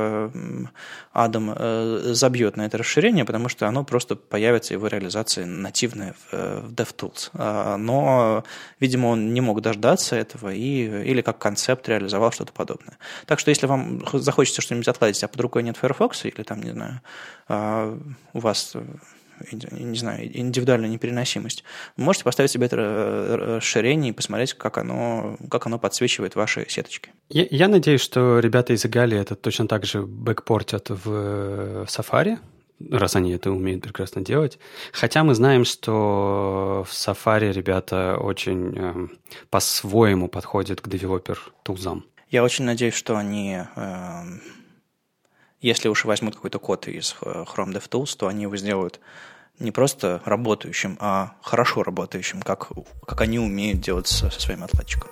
Адам забьет на это расширение, потому что оно просто появится, его реализация нативная в DevTools. Но, видимо, он не мог дождаться этого и, или как концепт реализовал что-то подобное. Так что, если вам захочется что-нибудь отладить, а под рукой нет Firefox, или там, не знаю, у вас... не знаю, индивидуальная непереносимость, вы можете поставить себе это расширение и посмотреть, как оно, как оно подсвечивает ваши сеточки. Я, я надеюсь, что ребята из Egalia это точно так же бэкпортят в Safari, раз они это умеют прекрасно делать. Хотя мы знаем, что в Safari ребята очень э, по-своему подходят к девелопер-тулзам. Я очень надеюсь, что они... Э, Если уж возьмут какой-то код из Chrome DevTools, то они его сделают не просто работающим, а хорошо работающим, как, как они умеют делать со, со своим отладчиком.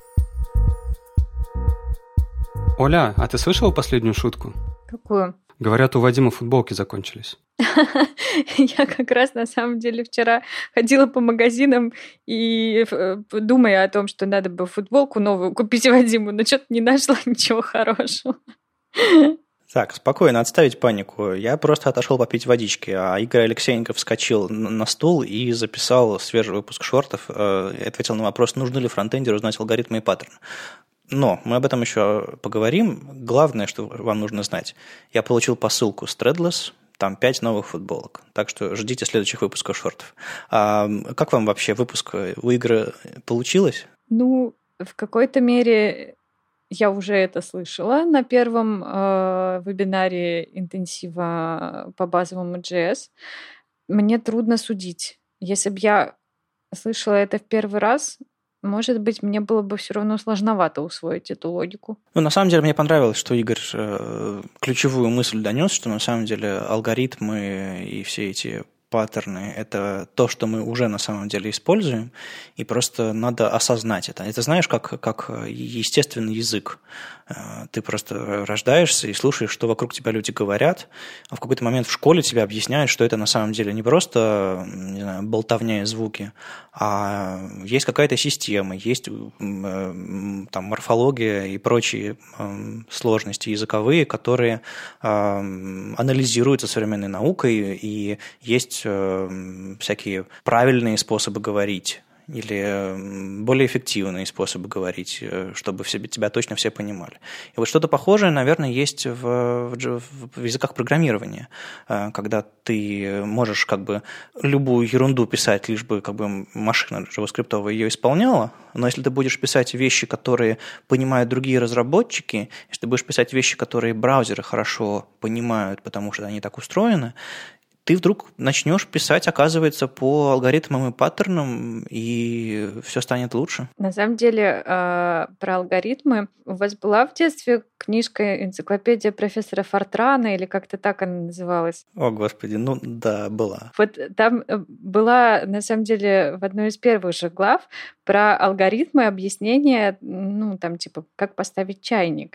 Оля, а ты слышала последнюю шутку? Какую? Говорят, у Вадима футболки закончились. Я как раз на самом деле вчера ходила по магазинам и думая о том, что надо бы футболку новую купить Вадиму, но что-то не нашла ничего хорошего. Так, спокойно, отставить панику. Я просто отошел попить водички, а Игорь Алексеенко вскочил на стул и записал свежий выпуск шортов. И ответил на вопрос, нужно ли фронтендеру знать алгоритмы и паттерны. Но мы об этом еще поговорим. Главное, что вам нужно знать. Я получил посылку с Threadless, там пять новых футболок. Так что ждите следующих выпусков шортов. А как вам вообще выпуск у Игоря получилось? Ну, в какой-то мере... Я уже это слышала на первом э, вебинаре интенсива по базовому джей эс. Мне трудно судить. Если бы я слышала это в первый раз, может быть, мне было бы все равно сложновато усвоить эту логику. Ну, на самом деле, мне понравилось, что Игорь ключевую мысль донес, что на самом деле алгоритмы и все эти паттерны – это то, что мы уже на самом деле используем, и просто надо осознать это. Это знаешь, как, как естественный язык. Ты просто рождаешься и слушаешь, что вокруг тебя люди говорят, а в какой-то момент в школе тебе объясняют, что это на самом деле не просто, не знаю, болтовня и звуки, а есть какая-то система, есть там морфология и прочие сложности языковые, которые анализируются современной наукой, и есть всякие правильные способы говорить или более эффективные способы говорить, чтобы все, тебя точно все понимали. И вот что-то похожее, наверное, есть в, в, в языках программирования, когда ты можешь как бы любую ерунду писать, лишь бы как бы машина JavaScript ее исполняла, но если ты будешь писать вещи, которые понимают другие разработчики, если ты будешь писать вещи, которые браузеры хорошо понимают, потому что они так устроены, ты вдруг начнешь писать, оказывается, по алгоритмам и паттернам, и все станет лучше. На самом деле, про алгоритмы у вас была в детстве книжка «Энциклопедия профессора Фортрана» или как-то так она называлась? О, Господи, ну да, была. Вот там была, на самом деле, в одной из первых же глав про алгоритмы объяснения, ну, там, типа, как поставить чайник.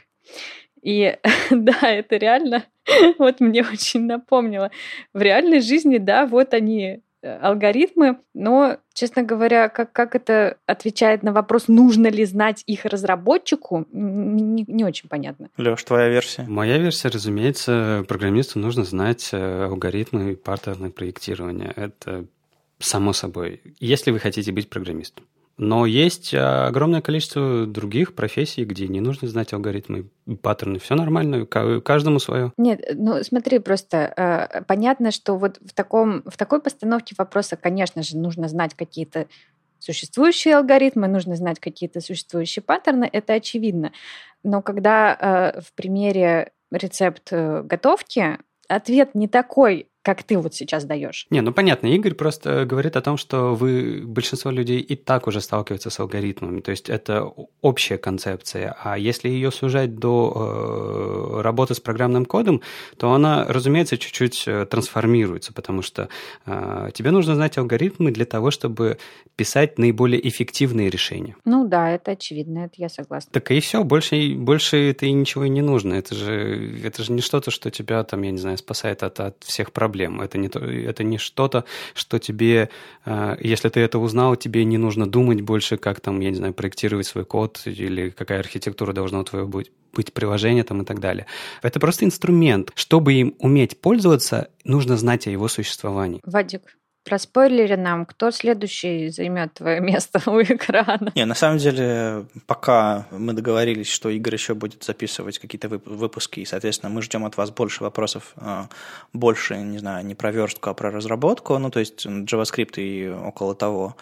И да, это реально, вот мне очень напомнило. В реальной жизни, да, вот они, алгоритмы, но, честно говоря, как, как это отвечает на вопрос, нужно ли знать их разработчику, не, не очень понятно. Лёш, твоя версия? Моя версия, разумеется, программисту нужно знать алгоритмы и паттерны проектирования. Это само собой, если вы хотите быть программистом. Но есть огромное количество других профессий, где не нужно знать алгоритмы, паттерны. Все нормально, каждому свое. Нет, ну смотри, просто понятно, что вот в, таком, в такой постановке вопроса, конечно же, нужно знать какие-то существующие алгоритмы, нужно знать какие-то существующие паттерны, это очевидно. Но когда в примере рецепт готовки, ответ не такой, как ты вот сейчас даешь. Не, ну понятно, Игорь просто говорит о том, что вы, большинство людей и так уже сталкиваются с алгоритмами, то есть это общая концепция, а если ее сужать до э, работы с программным кодом, то она, разумеется, чуть-чуть трансформируется, потому что э, тебе нужно знать алгоритмы для того, чтобы писать наиболее эффективные решения. Ну да, это очевидно, это я согласна. Так и все, больше, больше это и ничего и не нужно, это же, это же не что-то, что тебя там, я не знаю, спасает от, от всех проблем. Это не, то, это не что-то, что тебе, э, если ты это узнал, тебе не нужно думать больше, как там, я не знаю, проектировать свой код или какая архитектура должна у твоего быть, быть приложение там и так далее. Это просто инструмент. Чтобы им уметь пользоваться, нужно знать о его существовании. Вадик, проспойлери нам, кто следующий займет твое место у экрана. Не, на самом деле, пока мы договорились, что Игорь еще будет записывать какие-то выпуски, и, соответственно, мы ждем от вас больше вопросов, больше, не знаю, не про верстку, а про разработку, ну, то есть JavaScript и около того.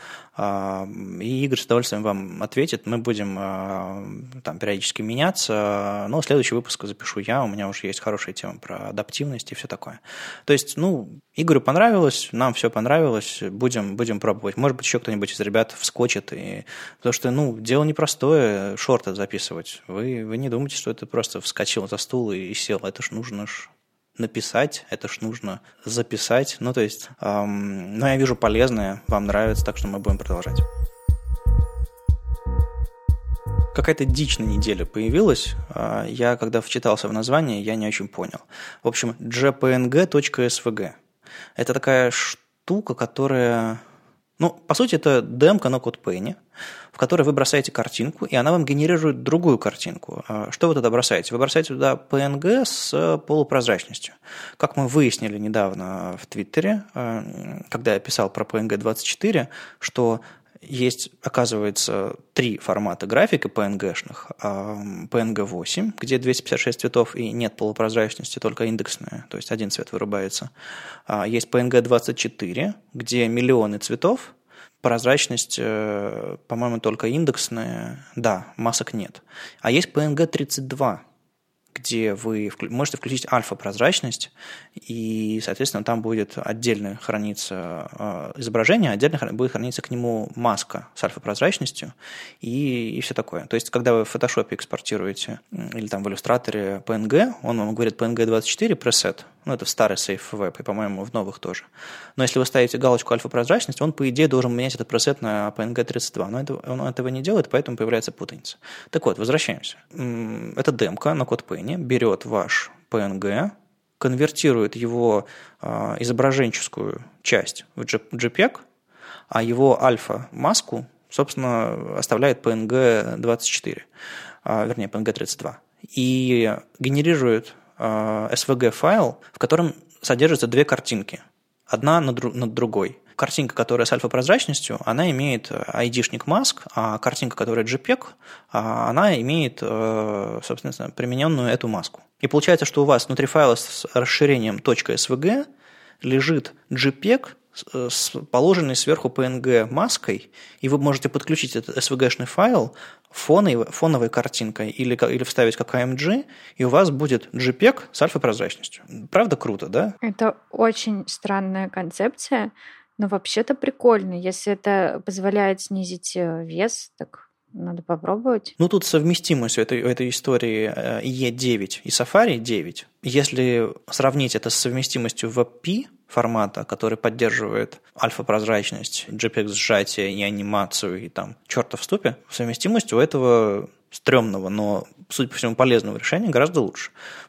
И Игорь с удовольствием вам ответит. Мы будем там периодически меняться, но следующий выпуск запишу я, у меня уже есть хорошая тема про адаптивность и все такое. То есть, ну, Игорю понравилось, нам все понравилось, будем, будем пробовать. Может быть, еще кто-нибудь из ребят вскочит. И... Потому что, ну, дело непростое, шорты записывать. Вы, вы не думайте, что это просто вскочил за стул и, и сел. Это ж нужно ж написать, это ж нужно записать. Ну, то есть, эм, ну, я вижу полезное, вам нравится, так что мы будем продолжать. Какая-то дичь на неделе появилась. Я, когда вчитался в название, я не очень понял. В общем, джей пи эн джи точка эс ви джи. Это такая штука, которая... Ну, по сути, это демка на CodePen, в которой вы бросаете картинку, и она вам генерирует другую картинку. Что вы туда бросаете? Вы бросаете туда пи эн джи с полупрозрачностью. Как мы выяснили недавно в Твиттере, когда я писал про пи эн джи двадцать четыре, что есть, оказывается, три формата графика пи эн джи-шных. пи эн джи восемь, где двести пятьдесят шесть цветов и нет полупрозрачности, только индексная, то есть один цвет вырубается. Есть пи эн джи двадцать четыре, где миллионы цветов, прозрачность, по-моему, только индексная, да, масок нет. А есть пи эн джи тридцать два, где вы можете включить альфа-прозрачность, и, соответственно, там будет отдельно храниться изображение, отдельно будет храниться к нему маска с альфа-прозрачностью и, и все такое. То есть, когда вы в Photoshop экспортируете или там в иллюстраторе пи эн джи, он вам говорит пи эн джи двадцать четыре пресет, ну, это в старый Safe Web, и, по-моему, в новых тоже. Но если вы ставите галочку альфа-прозрачность, он, по идее, должен менять этот пресет на пи эн джи тридцать два, но это, он этого не делает, поэтому появляется путаница. Так вот, возвращаемся. Это демка на CodePen, берет ваш пи эн джи, конвертирует его э, изображенческую часть в JPEG, а его альфа-маску, собственно, оставляет пи эн джи двадцать четыре, э, вернее, пи эн джи тридцать два, и генерирует э, эс ви джи-файл, в котором содержатся две картинки, одна над, над другой. Картинка, которая с альфа-прозрачностью, она имеет ай ди-шник маск, а картинка, которая JPEG, она имеет, собственно, примененную эту маску. И получается, что у вас внутри файла с расширением .svg лежит JPEG с положенной сверху пи эн джи маской, и вы можете подключить этот эс ви джи-шный файл фоновой, фоновой картинкой или, или вставить как эй эм джи, и у вас будет JPEG с альфа-прозрачностью. Правда круто, да? Это очень странная концепция, но вообще-то прикольно. Если это позволяет снизить вес, так надо попробовать. Ну, тут совместимость у этой, у этой истории и и девять и Safari девять. Если сравнить это с совместимостью WebP формата, который поддерживает альфа-прозрачность, JPEG-сжатие и анимацию, и там чертов в ступе, совместимость у этого стрёмного, но, судя по всему, полезного решения гораздо лучше.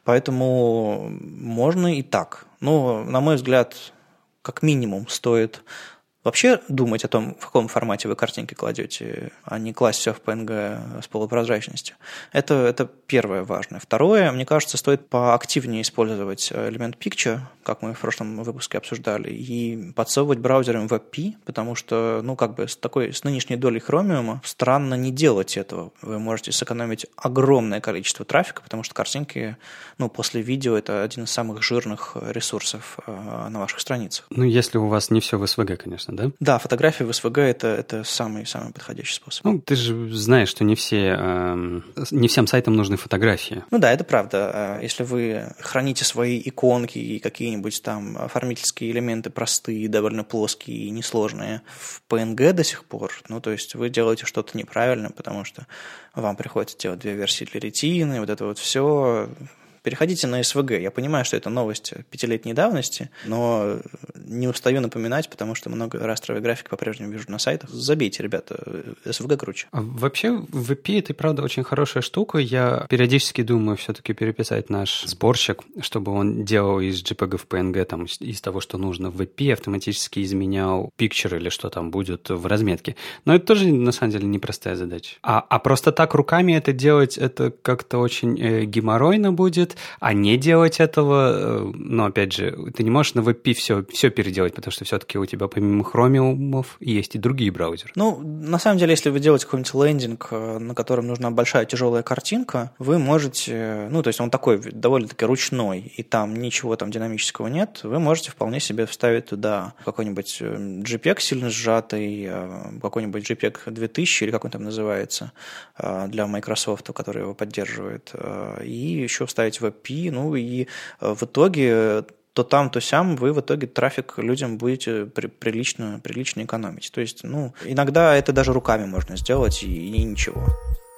Поэтому можно и так. Но, на мой взгляд, как минимум стоит вообще думать о том, в каком формате вы картинки кладете, а не класть все в пи эн джи с полупрозрачностью. Это, это первое важное. Второе, мне кажется, стоит поактивнее использовать элемент Picture, как мы в прошлом выпуске обсуждали, и подсовывать браузером WebP, потому что, ну, как бы с такой, с нынешней долей Chromium странно не делать этого. Вы можете сэкономить огромное количество трафика, потому что картинки, ну, после видео это один из самых жирных ресурсов э, на ваших страницах. Ну, если у вас не все в эс ви джи, конечно, да? Да, фотографии в эс ви джи это, это самый, самый подходящий способ. Ну, ты же знаешь, что не все, э, не всем сайтам нужны фотографии. Ну да, это правда. Если вы храните свои иконки и какие-нибудь там оформительские элементы простые, довольно плоские и несложные в пи эн джи до сих пор, ну, то есть вы делаете что-то неправильно, потому что вам приходится делать две версии для ретины, вот это вот все. Переходите на эс ви джи. Я понимаю, что это новость пятилетней давности, но не устаю напоминать, потому что много растровой графики по-прежнему вижу на сайтах. Забейте, ребята, эс ви джи круче. А вообще, ви пи – это, правда, очень хорошая штука. Я периодически думаю все-таки переписать наш сборщик, чтобы он делал из JPEG в пи эн джи, там, из того, что нужно в ви пи, автоматически изменял picture или что там будет в разметке. Но это тоже, на самом деле, непростая задача. А, а просто так руками это делать, это как-то очень э, геморройно будет. А не делать этого, но, опять же, ты не можешь на ви пи все, все переделать, потому что все-таки у тебя помимо хромиумов есть и другие браузеры. Ну, на самом деле, если вы делаете какой-нибудь лендинг, на котором нужна большая тяжелая картинка, вы можете, ну, то есть он такой довольно-таки ручной, и там ничего там динамического нет, вы можете вполне себе вставить туда какой-нибудь JPEG сильно сжатый, какой-нибудь JPEG две тысячи, или как он там называется, для Microsoft, который его поддерживает, и еще вставить ви пи, ну и в итоге то там, то сям вы в итоге трафик людям будете при, прилично, прилично экономить. То есть, ну, иногда это даже руками можно сделать, и, и ничего.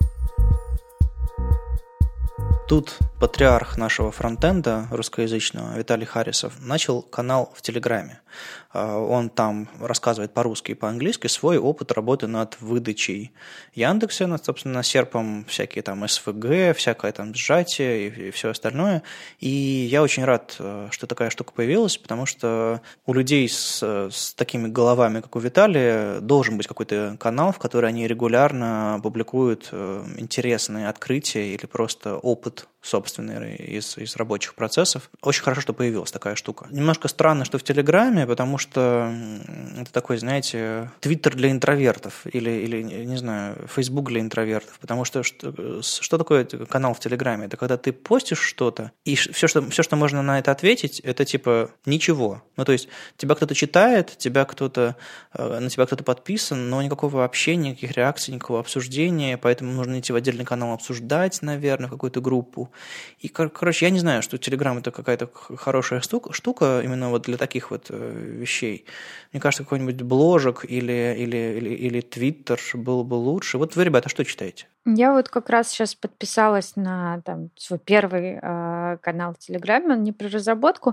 Тут патриарх нашего фронтенда русскоязычного Виталий Харисов начал канал в Телеграме. Он там рассказывает по-русски и по-английски свой опыт работы над выдачей Яндекса, над, собственно, серпом, всякие там эс ви джи, всякое там сжатие и, и все остальное. И я очень рад, что такая штука появилась, потому что у людей с, с такими головами, как у Виталия, должен быть какой-то канал, в который они регулярно публикуют интересные открытия или просто опыт собственный из, из рабочих процессов. Очень хорошо, что появилась такая штука. Немножко странно, что в Телеграме, потому что это такой, знаете, Твиттер для интровертов или, или не знаю, Фейсбук для интровертов. Потому что что, что такое канал в Телеграме? Это когда ты постишь что-то, и все что, все, что можно на это ответить, это типа ничего. Ну, то есть тебя кто-то читает, тебя кто-то, на тебя кто-то подписан, но никакого общения, никаких реакций, никакого обсуждения, поэтому нужно идти в отдельный канал обсуждать, наверное, в какую-то группу. группу. И, короче, я не знаю, что Telegram – это какая-то хорошая штука, штука именно вот для таких вот вещей. Мне кажется, какой-нибудь бложек или, или, или, или Twitter было бы лучше. Вот вы, ребята, что читаете? Я вот как раз сейчас подписалась на там, свой первый э, канал в Телеграме, он не про разработку,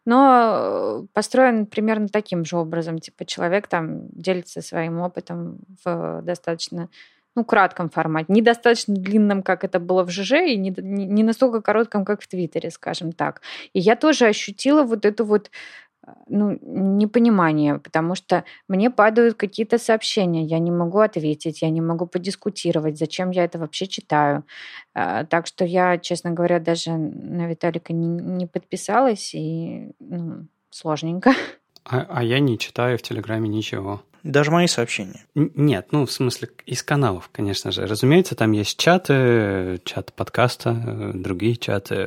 но построен примерно таким же образом. Типа человек там делится своим опытом в достаточно ну, кратком формате, недостаточно длинном, как это было в ЖЖ, и не, не, не настолько коротком, как в Твиттере, скажем так. И я тоже ощутила вот эту вот ну, непонимание, потому что мне падают какие-то сообщения, я не могу ответить, я не могу подискутировать, зачем я это вообще читаю. Так что я, честно говоря, даже на Виталика не, не подписалась, и ну, сложненько. А, а я не читаю в Телеграме ничего. Даже мои сообщения? Нет, ну, в смысле, из каналов, конечно же. Разумеется, там есть чаты, чат подкаста, другие чаты,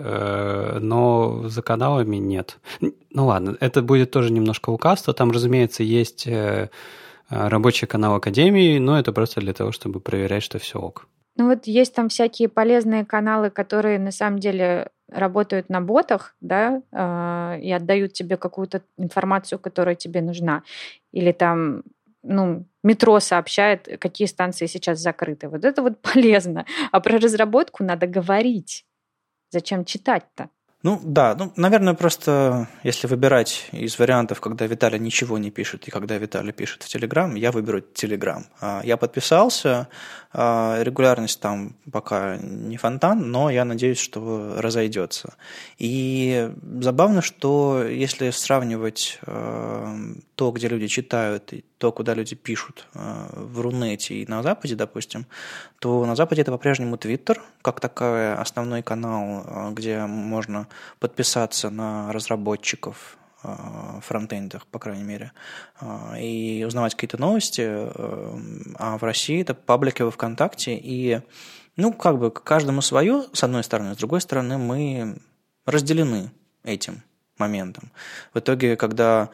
но за каналами нет. Ну, ладно, это будет тоже немножко лукавство. Там, разумеется, есть рабочий канал Академии, но это просто для того, чтобы проверять, что все ок. Ну, вот есть там всякие полезные каналы, которые на самом деле работают на ботах, да, э, и отдают тебе какую-то информацию, которая тебе нужна. Или там, ну, метро сообщает, какие станции сейчас закрыты. Вот это вот полезно. А про разработку надо говорить. Зачем читать-то? Ну, да, ну, наверное, просто если выбирать из вариантов, когда Виталий ничего не пишет и когда Виталий пишет в Телеграм, я выберу Телеграм. Я подписался, регулярность там пока не фонтан, но я надеюсь, что разойдется. И забавно, что если сравнивать то, где люди читают, и то, куда люди пишут в Рунете и на Западе, допустим, то на Западе это по-прежнему Твиттер, как такой основной канал, где можно подписаться на разработчиков фронтендах, по крайней мере, и узнавать какие-то новости. А в России это паблики во ВКонтакте, и, ну, как бы каждому свое, с одной стороны, с другой стороны, мы разделены этим моментом. В итоге, когда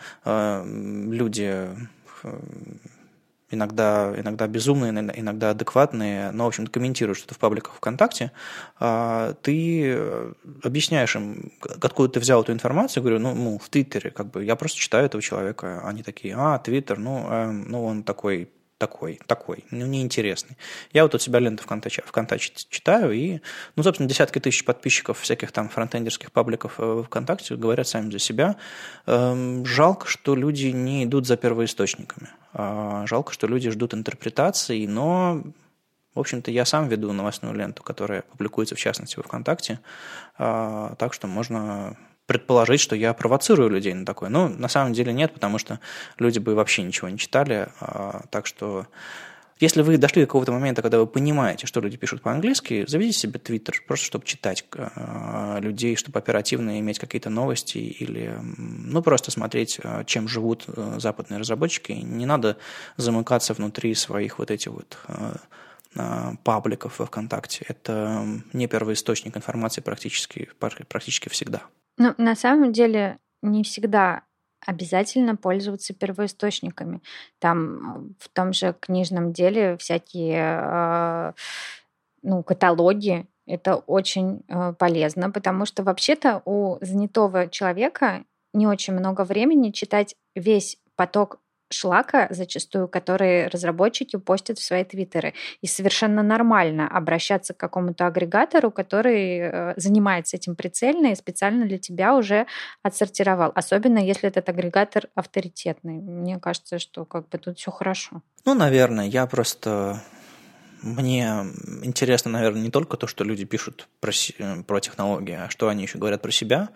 люди иногда, иногда безумные, иногда адекватные, но, в общем-то, комментируют что-то в пабликах ВКонтакте, ты объясняешь им, откуда ты взял эту информацию, говорю, ну, ну в Твиттере, как бы, я просто читаю этого человека, они такие, а, Твиттер, ну, э, ну, он такой, такой, такой, ну, неинтересный. Я вот у себя ленту ВКонтакте, ВКонтакте читаю, и, ну, собственно, десятки тысяч подписчиков всяких там фронтендерских пабликов в ВКонтакте говорят сами за себя. Жалко, что люди не идут за первоисточниками. Жалко, что люди ждут интерпретаций, но, в общем-то, я сам веду новостную ленту, которая публикуется, в частности, во ВКонтакте, так что можно предположить, что я провоцирую людей на такое. Но на самом деле нет, потому что люди бы вообще ничего не читали. Так что, если вы дошли до какого-то момента, когда вы понимаете, что люди пишут по-английски, заведите себе Твиттер, просто чтобы читать людей, чтобы оперативно иметь какие-то новости или, ну, просто смотреть, чем живут западные разработчики. Не надо замыкаться внутри своих вот этих вот пабликов во ВКонтакте. Это не первоисточник информации практически, практически всегда. Ну, на самом деле, не всегда обязательно пользоваться первоисточниками. Там в том же книжном деле всякие ну, каталоги. Это очень полезно, потому что вообще-то у занятого человека не очень много времени читать весь поток шлака, зачастую, которые разработчики постят в свои твиттеры. И совершенно нормально обращаться к какому-то агрегатору, который занимается этим прицельно и специально для тебя уже отсортировал. Особенно, если этот агрегатор авторитетный. Мне кажется, что как бы тут все хорошо. Ну, наверное, я просто... Мне интересно, наверное, не только то, что люди пишут про, про технологии, а что они еще говорят про себя.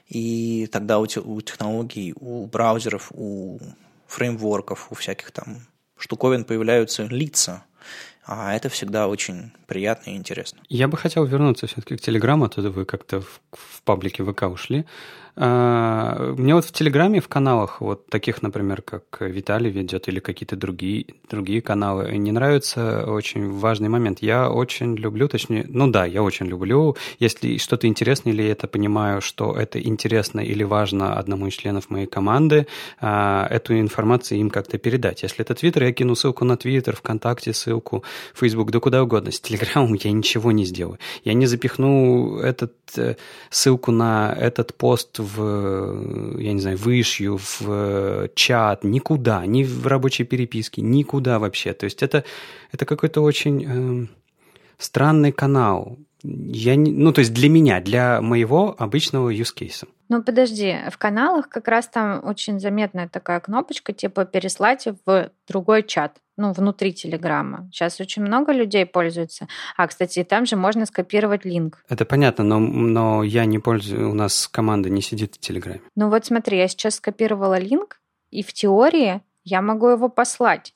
И тогда у, у технологий, у браузеров, у фреймворков, у всяких там штуковин появляются лица, а это всегда очень приятно и интересно. Я бы хотел вернуться все-таки к Телеграму, оттуда вы как-то в, в паблике ВК ушли. Мне вот в Телеграме, в каналах, вот таких, например, как Виталий ведет или какие-то другие, другие каналы, не нравится очень важный момент. Я очень люблю, точнее, ну да, я очень люблю, если что-то интересно, или я это понимаю, что это интересно или важно одному из членов моей команды, эту информацию им как-то передать. Если это Твиттер, я кину ссылку на Твиттер, ВКонтакте ссылку. Facebook, да куда угодно. С Телеграмом я ничего не сделаю. Я не запихну этот, ссылку на этот пост в, я не знаю, в issue, в чат, никуда, ни в рабочей переписке, никуда вообще. То есть это, это какой-то очень э, странный канал. Я не, ну, то есть для меня, для моего обычного use case. Ну, подожди, в каналах как раз там очень заметная такая кнопочка, типа переслать в другой чат, ну, внутри Телеграма. Сейчас очень много людей пользуются. А, кстати, там же можно скопировать линк. Это понятно, но, но я не пользуюсь, у нас команда не сидит в Телеграме. Ну вот смотри, я сейчас скопировала линк, и в теории я могу его послать.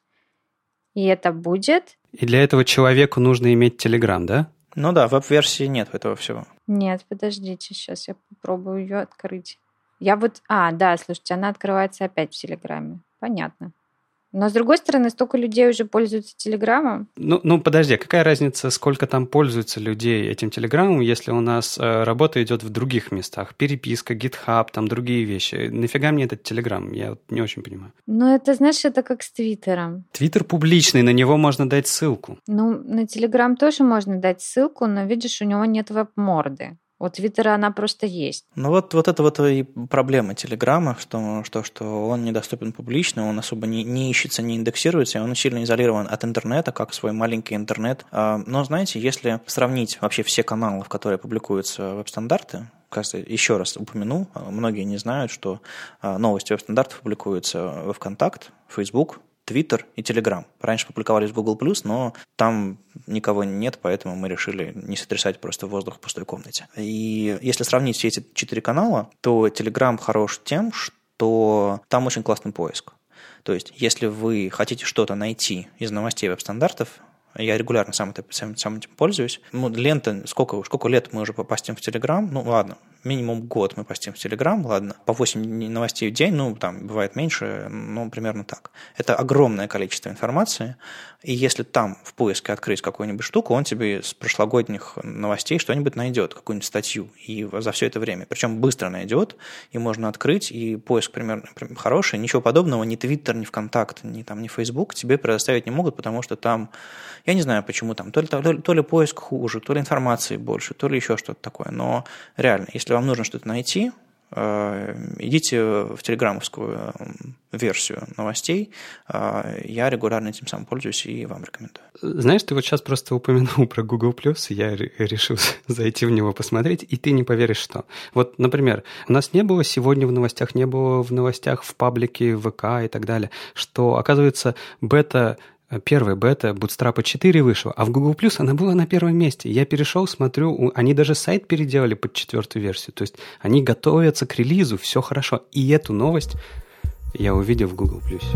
И это будет... И для этого человеку нужно иметь Телеграм, да? Ну да, в веб-версии нет этого всего. Нет, подождите, сейчас я попробую ее открыть. Я вот... А, да, слушайте, она открывается опять в Телеграме. Понятно. Но, с другой стороны, столько людей уже пользуются Телеграмом. Ну, ну, подожди, какая разница, сколько там пользуются людей этим Телеграмом, если у нас э, работа идет в других местах? Переписка, GitHub, там другие вещи. Нафига мне этот Телеграм? Я вот не очень понимаю. Ну, это, знаешь, это как с Твиттером. Твиттер публичный, на него можно дать ссылку. Ну, на Телеграм тоже можно дать ссылку, но, видишь, у него нет веб-морды. У Твиттера она просто есть. Ну вот, вот это вот и проблема Телеграма, что, что, что он недоступен публично, он особо не, не ищется, не индексируется, и он сильно изолирован от интернета, как свой маленький интернет. Но, знаете, если сравнить вообще все каналы, в которые публикуются веб-стандарты, кажется, еще раз упомяну, многие не знают, что новости веб-стандартов публикуются во ВКонтакте, Facebook, Твиттер и Телеграм. Раньше публиковались в Google+, но там никого нет, поэтому мы решили не сотрясать просто воздух в пустой комнате. И если сравнить все эти четыре канала, то Телеграм хорош тем, что там очень классный поиск. То есть, если вы хотите что-то найти из новостей веб-стандартов, я регулярно сам, это, сам, сам этим пользуюсь. Ну, лента, сколько, сколько лет мы уже постим в Телеграм, ну ладно, минимум год мы постим в Телеграм, ладно, по восемь новостей в день, ну там бывает меньше, ну примерно так. Это огромное количество информации, и если там в поиске открыть какую-нибудь штуку, он тебе с прошлогодних новостей что-нибудь найдет, какую-нибудь статью, и за все это время. Причем быстро найдет, и можно открыть, и поиск примерно хороший, ничего подобного ни Твиттер, ни ВКонтакт, ни, там, ни Фейсбук тебе предоставить не могут, потому что там, я не знаю почему там, то ли, то, ли, то ли поиск хуже, то ли информации больше, то ли еще что-то такое, но реально, если вам нужно что-то найти, идите в телеграммовскую версию новостей. Я регулярно этим сам пользуюсь и вам рекомендую. Знаешь, ты вот сейчас просто упомянул про Google+, и я решил зайти в него посмотреть, и ты не поверишь, что. Вот, например, у нас не было сегодня в новостях, не было в новостях в паблике, в ВК и так далее, что, оказывается, бета... Первая бета Bootstrap четыре вышла, а в Google Plus она была на первом месте. Я перешел, смотрю, они даже сайт переделали под четвертую версию. То есть они готовятся к релизу, все хорошо. И эту новость я увидел в Google Plus.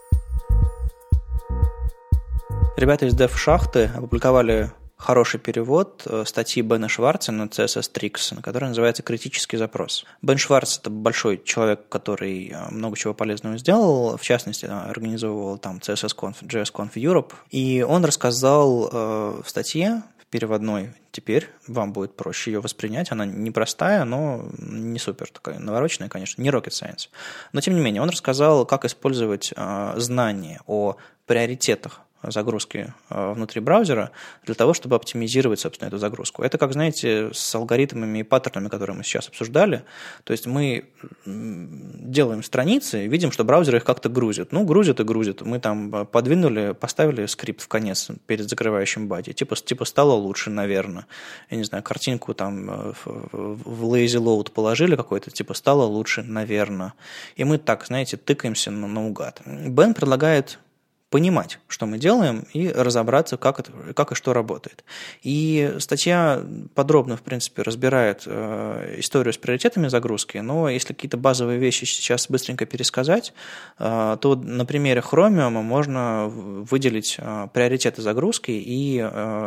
Ребята из DevShachты опубликовали хороший перевод статьи Бена Шварца на си эс эс Tricks, который называется «Критический запрос». Бен Шварц – это большой человек, который много чего полезного сделал, в частности, организовывал там си эс эс Conf, джей эс Conf Europe, и он рассказал в статье, в переводной, теперь вам будет проще ее воспринять, она непростая, но не супер такая навороченная, конечно, не rocket science, но тем не менее он рассказал, как использовать знания о приоритетах загрузки внутри браузера для того, чтобы оптимизировать, собственно, эту загрузку. Это, как, знаете, с алгоритмами и паттернами, которые мы сейчас обсуждали. То есть мы делаем страницы, видим, что браузер их как-то грузит. Ну, грузит и грузит. Мы там подвинули, поставили скрипт в конец перед закрывающим бади. Типа, типа стало лучше, наверное. Я не знаю, картинку там в lazy load положили какой-то, типа стало лучше, наверное. И мы так, знаете, тыкаемся на, наугад. Бен предлагает понимать, что мы делаем, и разобраться, как, это, как и что работает. И статья подробно, в принципе, разбирает э, историю с приоритетами загрузки, но если какие-то базовые вещи сейчас быстренько пересказать, э, то на примере Chromium можно выделить э, приоритеты загрузки и э,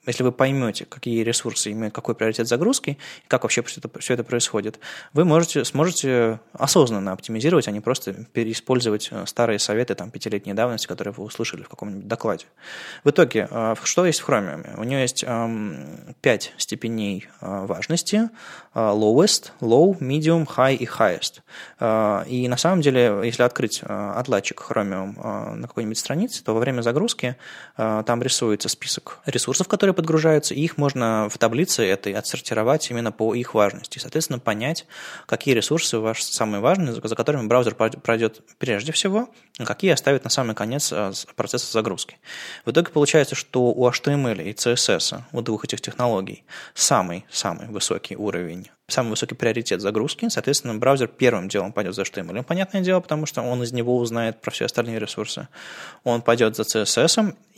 если вы поймете, какие ресурсы имеют какой приоритет загрузки, и как вообще все это, все это происходит, вы можете, сможете осознанно оптимизировать, а не просто переиспользовать старые советы там, пятилетней давности, которые вы услышали в каком-нибудь докладе. В итоге, что есть в Chromium? У него есть пять степеней важности: lowest, low, medium, high и highest. И на самом деле, если открыть отладчик Chromium на какой-нибудь странице, то во время загрузки там рисуется список ресурсов, которые подгружаются, и их можно в таблице этой отсортировать именно по их важности. Соответственно, понять, какие ресурсы ваши самые важные, за которыми браузер пройдет прежде всего, а какие оставит на самый конец процесса загрузки. В итоге получается, что у эйч ти эм эль и си эс эс, у двух этих технологий, самый-самый высокий уровень, самый высокий приоритет загрузки. Соответственно, браузер первым делом пойдет за эйч ти эм эль, понятное дело, потому что он из него узнает про все остальные ресурсы. Он пойдет за си эс эс,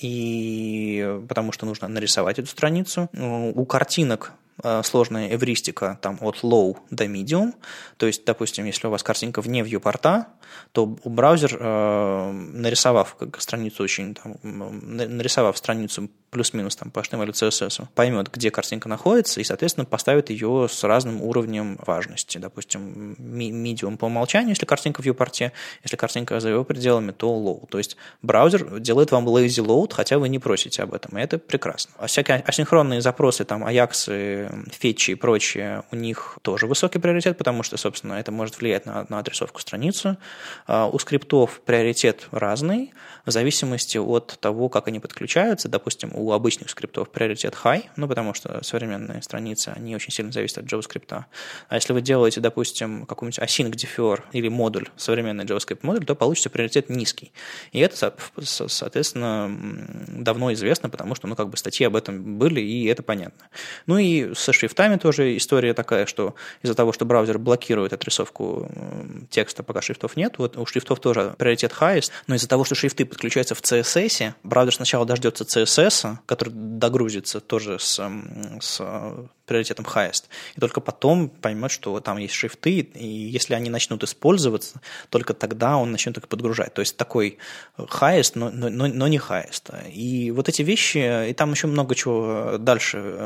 и потому что нужно нарисовать эту страницу. У картинок сложная эвристика там, от low до medium. То есть, допустим, если у вас картинка вне вьюпорта, то браузер, нарисовав страницу очень, там, нарисовав страницу плюс-минус там, по эйч ти эм эль и си эс эс, поймет, где картинка находится, и, соответственно, поставит ее с разным уровнем важности. Допустим, medium по умолчанию, если картинка в вьюпорте, если картинка за его пределами, то low. То есть браузер делает вам lazy load, хотя вы не просите об этом, и это прекрасно. А всякие асинхронные запросы, там, аяксы, фетчи и прочее, у них тоже высокий приоритет, потому что, собственно, это может влиять на, на отрисовку страницы. У скриптов приоритет разный, в зависимости от того, как они подключаются. Допустим, у обычных скриптов приоритет high, ну, потому что современные страницы, они очень сильно зависят от JavaScript. А если вы делаете, допустим, какой-нибудь async defer или модуль, современный JavaScript модуль, то получится приоритет низкий. И это, соответственно, давно известно, потому что, ну, как бы статьи об этом были, и это понятно. Ну, и со шрифтами тоже история такая, что из-за того, что браузер блокирует отрисовку текста, пока шрифтов нет, вот у шрифтов тоже приоритет highest, но из-за того, что шрифты подключаются в си эс эс, браузер сначала дождется си эс эс, который догрузится тоже с, с приоритетом highest, и только потом поймет, что там есть шрифты, и если они начнут использоваться, только тогда он начнет их подгружать. То есть такой highest, но, но, но не highest. И вот эти вещи, и там еще много чего дальше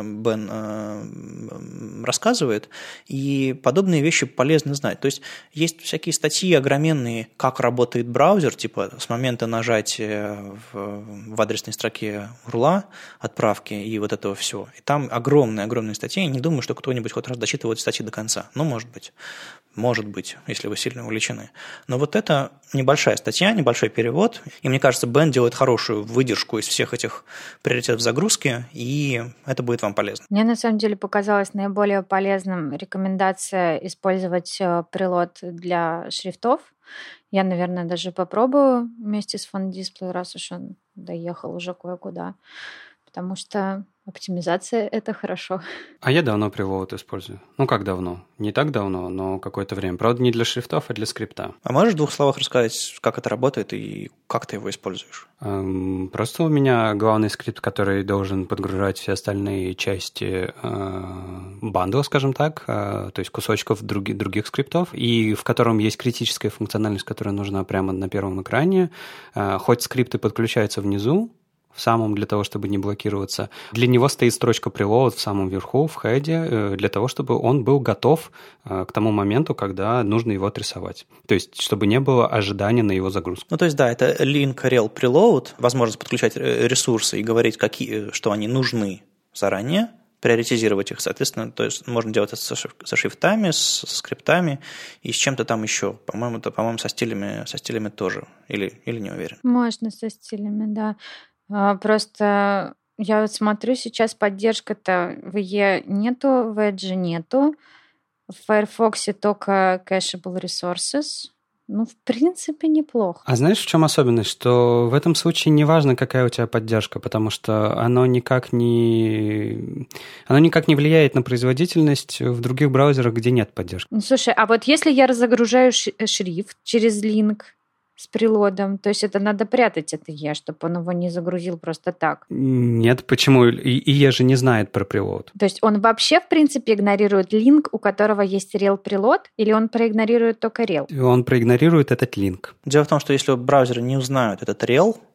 Бен рассказывает, и подобные вещи полезно знать. То есть есть всякие статьи огроменные, как работает браузер, типа с момента нажатия в, в адресной строке урла, отправки и вот этого всего. И там огромные-огромные статьи. Я не думаю, что кто-нибудь хоть раз дочитывает статьи до конца. Ну, может быть. Может быть, если вы сильно увлечены. Но вот это небольшая статья, небольшой перевод. И мне кажется, Бен делает хорошую выдержку из всех этих приоритетов загрузки, и это будет вам полезно. Мне на самом деле показалось наиболее полезным рекомендация использовать прилот для шрифтов. Я, наверное, даже попробую вместе с FontDisplay, раз уж он доехал уже кое-куда. Потому что оптимизация – это хорошо. А я давно Preload использую. Ну, как давно? Не так давно, но какое-то время. Правда, не для шрифтов, а для скрипта. А можешь в двух словах рассказать, как это работает и как ты его используешь? Эм, просто у меня главный скрипт, который должен подгружать все остальные части э, бандла, скажем так, э, то есть кусочков други, других скриптов, и в котором есть критическая функциональность, которая нужна прямо на первом экране. Э, хоть скрипты подключаются внизу, в самом, для того, чтобы не блокироваться. Для него стоит строчка preload в самом верху, в хеде, для того, чтобы он был готов к тому моменту, когда нужно его отрисовать. То есть, чтобы не было ожидания на его загрузку. Ну, то есть, да, это link rel preload, возможность подключать ресурсы и говорить, какие, что они нужны заранее, приоритизировать их, соответственно, то есть можно делать это со шрифтами, с скриптами и с чем-то там еще. По-моему, это, по-моему, со стилями, со стилями тоже. Или, или не уверен. Можно со стилями, да. Просто я вот смотрю, сейчас поддержка-то в и и нету, в Edge нету, в Firefox только Cacheable Resources. Ну, в принципе, неплохо. А знаешь, в чем особенность? Что в этом случае не важно, какая у тебя поддержка, потому что оно никак не, оно никак не влияет на производительность в других браузерах, где нет поддержки. Ну, слушай, а вот если я разгружаю шрифт через линк с прилодом, то есть это надо прятать от и и, чтобы он его не загрузил просто так? Нет, почему? и и же не знает про прилод. То есть он вообще, в принципе, игнорирует линк, у которого есть rel-прилод, или он проигнорирует только rel? Он проигнорирует этот линк. Дело в том, что если браузеры не узнают этот rel,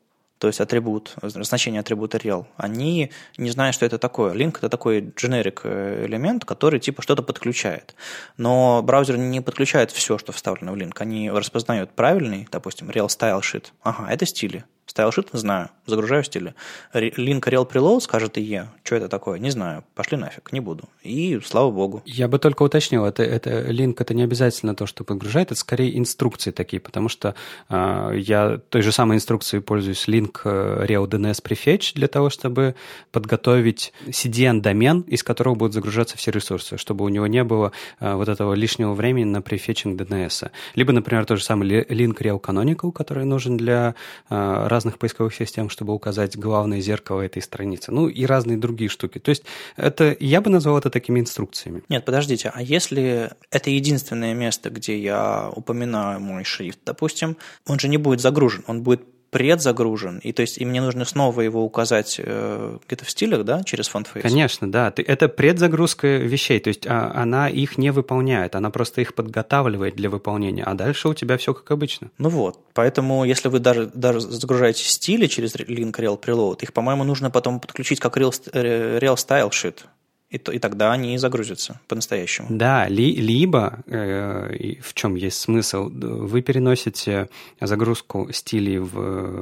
то есть атрибут, значение атрибута rel, они не знают, что это такое. Link – это такой generic элемент, который типа что-то подключает. Но браузер не подключает все, что вставлено в link. Они распознают правильный, допустим, rel style sheet. Ага, это стили. Style-sheet знаю, загружаю стили. Link rel preload скажет и е. Что это такое? Не знаю. Пошли нафиг, не буду. И слава богу. Я бы только уточнил, это, это link это не обязательно то, что подгружает, это скорее инструкции такие, потому что э, я той же самой инструкцией пользуюсь link rel dns prefetch для того, чтобы подготовить си ди эн-домен, из которого будут загружаться все ресурсы, чтобы у него не было э, вот этого лишнего времени на префетчинг ди эн эс. Либо, например, тот же самый link rel canonical, который нужен для э, разных поисковых систем, чтобы указать главное зеркало этой страницы. Ну и разные другие штуки. То есть это, я бы назвал это такими инструкциями. Нет, подождите, а если это единственное место, где я упоминаю мой шрифт, допустим, он же не будет загружен, он будет предзагружен, и то есть и мне нужно снова его указать э, где-то в стилях, да, через FontFace? Конечно, да. Ты, это предзагрузка вещей, то есть а, она их не выполняет, она просто их подготавливает для выполнения, а дальше у тебя все как обычно. Ну вот, поэтому если вы даже, даже загружаете стили через link rel preload, их, по-моему, нужно потом подключить как rel, rel style sheet. И, то, и тогда они загрузятся по-настоящему. Да, ли, либо, э, в чем есть смысл, вы переносите загрузку стилей в,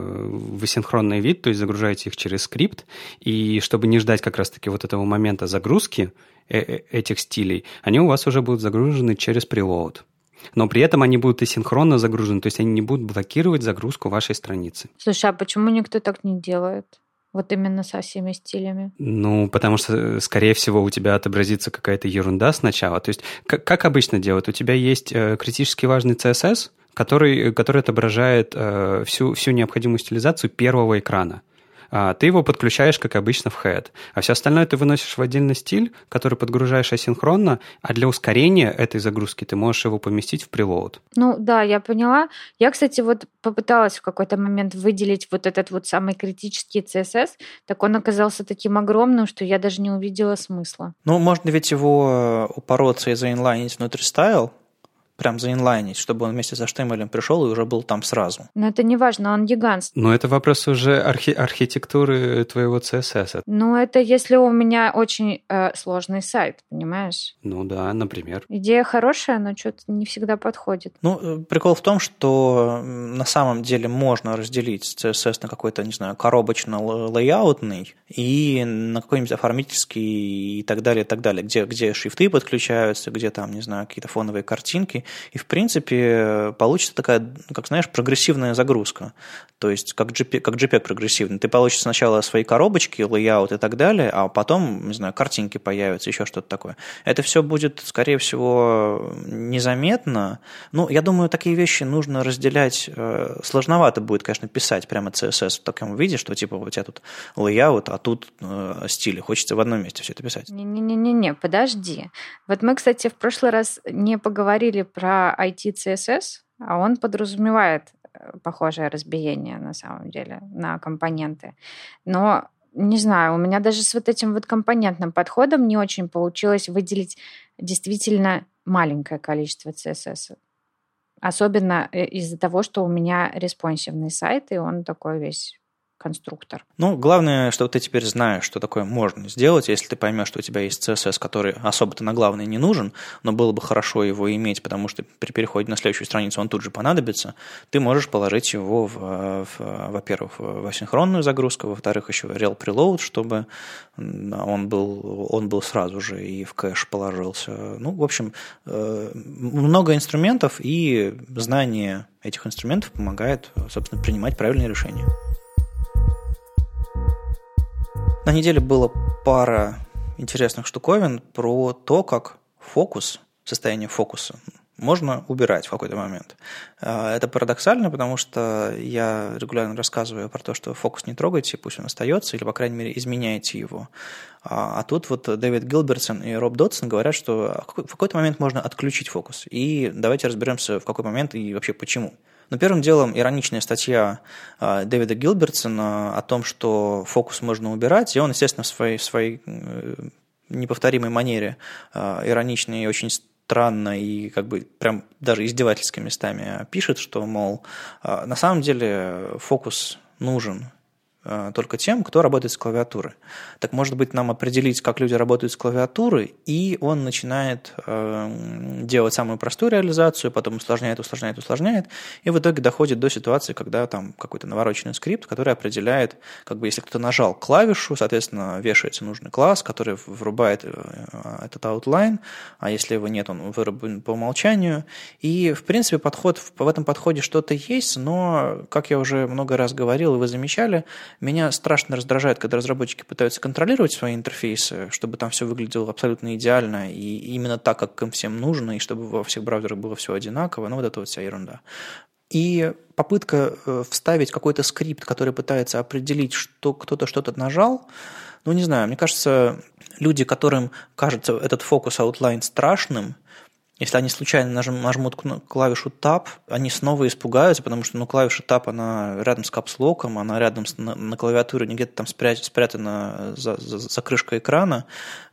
в асинхронный вид, то есть загружаете их через скрипт, и чтобы не ждать как раз-таки вот этого момента загрузки э, этих стилей, они у вас уже будут загружены через preload. Но при этом они будут асинхронно загружены, то есть они не будут блокировать загрузку вашей страницы. Слушай, а почему никто так не делает? Вот именно со всеми стилями. Ну, потому что, скорее всего, у тебя отобразится какая-то ерунда сначала. То есть, как, как обычно делают? У тебя есть э, критически важный си эс эс, который, который отображает э, всю, всю необходимую стилизацию первого экрана. А ты его подключаешь, как обычно, в head. А все остальное ты выносишь в отдельный стиль, который подгружаешь асинхронно, а для ускорения этой загрузки ты можешь его поместить в preload. Ну да, я поняла. Я, кстати, вот попыталась в какой-то момент выделить вот этот вот самый критический си эс эс, так он оказался таким огромным, что я даже не увидела смысла. Ну, можно ведь его упороться и заинлайнить внутрь style, прям заинлайнить, чтобы он вместе со эйч ти эм эль пришел и уже был там сразу. Но это не важно, он гигантский. Но это вопрос уже архи- архитектуры твоего си эс эс. Ну, это если у меня очень э, сложный сайт, понимаешь? Ну да, например. Идея хорошая, но что-то не всегда подходит. Ну, прикол в том, что на самом деле можно разделить си эс эс на какой-то, не знаю, коробочно-лейаутный и на какой-нибудь оформительский и так далее, и так далее, где, где шрифты подключаются, где там, не знаю, какие-то фоновые картинки. И, в принципе, получится такая, как знаешь, прогрессивная загрузка. То есть, как джей пи джи, как джей пи джи прогрессивный. Ты получишь сначала свои коробочки, лейаут и так далее, а потом, не знаю, картинки появятся, еще что-то такое. Это все будет, скорее всего, незаметно. Ну, я думаю, такие вещи нужно разделять. Сложновато будет, конечно, писать прямо си эс эс в таком виде, что типа у тебя тут лейаут, а тут э, стили. Хочется в одном месте все это писать. Не-не-не-не, подожди. Вот мы, кстати, в прошлый раз не поговорили про ай ти си эс эс, а он подразумевает похожее разбиение на самом деле на компоненты. Но не знаю, у меня даже с вот этим вот компонентным подходом не очень получилось выделить действительно маленькое количество си эс эс. Особенно из-за того, что у меня респонсивный сайт, и он такой весь конструктор. Ну, главное, что ты теперь знаешь, что такое можно сделать, если ты поймешь, что у тебя есть си эс эс, который особо-то на главный не нужен, но было бы хорошо его иметь, потому что при переходе на следующую страницу он тут же понадобится, ты можешь положить его, в, в, во-первых, в асинхронную загрузку, во-вторых, еще в rel preload, чтобы он был, он был сразу же и в кэш положился. Ну, в общем, много инструментов, и знание этих инструментов помогает, собственно, принимать правильные решения. На неделе была пара интересных штуковин про то, как фокус, состояние фокуса можно убирать в какой-то момент. Это парадоксально, потому что я регулярно рассказываю про то, что фокус не трогайте, пусть он остается, или, по крайней мере, изменяйте его. А тут вот Дэвид Гилбертсон и Роб Додсон говорят, что в какой-то момент можно отключить фокус. И давайте разберемся, в какой момент и вообще почему. Но первым делом ироничная статья Дэвида Гилбертсона о том, что фокус можно убирать, и он, естественно, в своей, в своей неповторимой манере иронично и очень странно и как бы прям даже издевательскими местами пишет, что, мол, на самом деле фокус нужен только тем, кто работает с клавиатурой. Так может быть, нам определить, как люди работают с клавиатурой, и он начинает э, делать самую простую реализацию, потом усложняет, усложняет, усложняет, и в итоге доходит до ситуации, когда там какой-то навороченный скрипт, который определяет, как бы если кто-то нажал клавишу, соответственно, вешается нужный класс, который врубает этот outline, а если его нет, он вырублен по умолчанию. И, в принципе, подход, в этом подходе что-то есть, но, как я уже много раз говорил, и вы замечали, меня страшно раздражает, когда разработчики пытаются контролировать свои интерфейсы, чтобы там все выглядело абсолютно идеально и именно так, как им всем нужно, и чтобы во всех браузерах было все одинаково, ну вот это вот вся ерунда. И попытка вставить какой-то скрипт, который пытается определить, что кто-то что-то нажал, ну не знаю, мне кажется, люди, которым кажется этот фокус outline страшным, если они случайно нажм, нажмут клавишу Tab, они снова испугаются, потому что ну, клавиша Tab, она рядом с капслоком, она рядом с, на, на клавиатуре, не где-то там спрят, спрятана за, за, за крышкой экрана.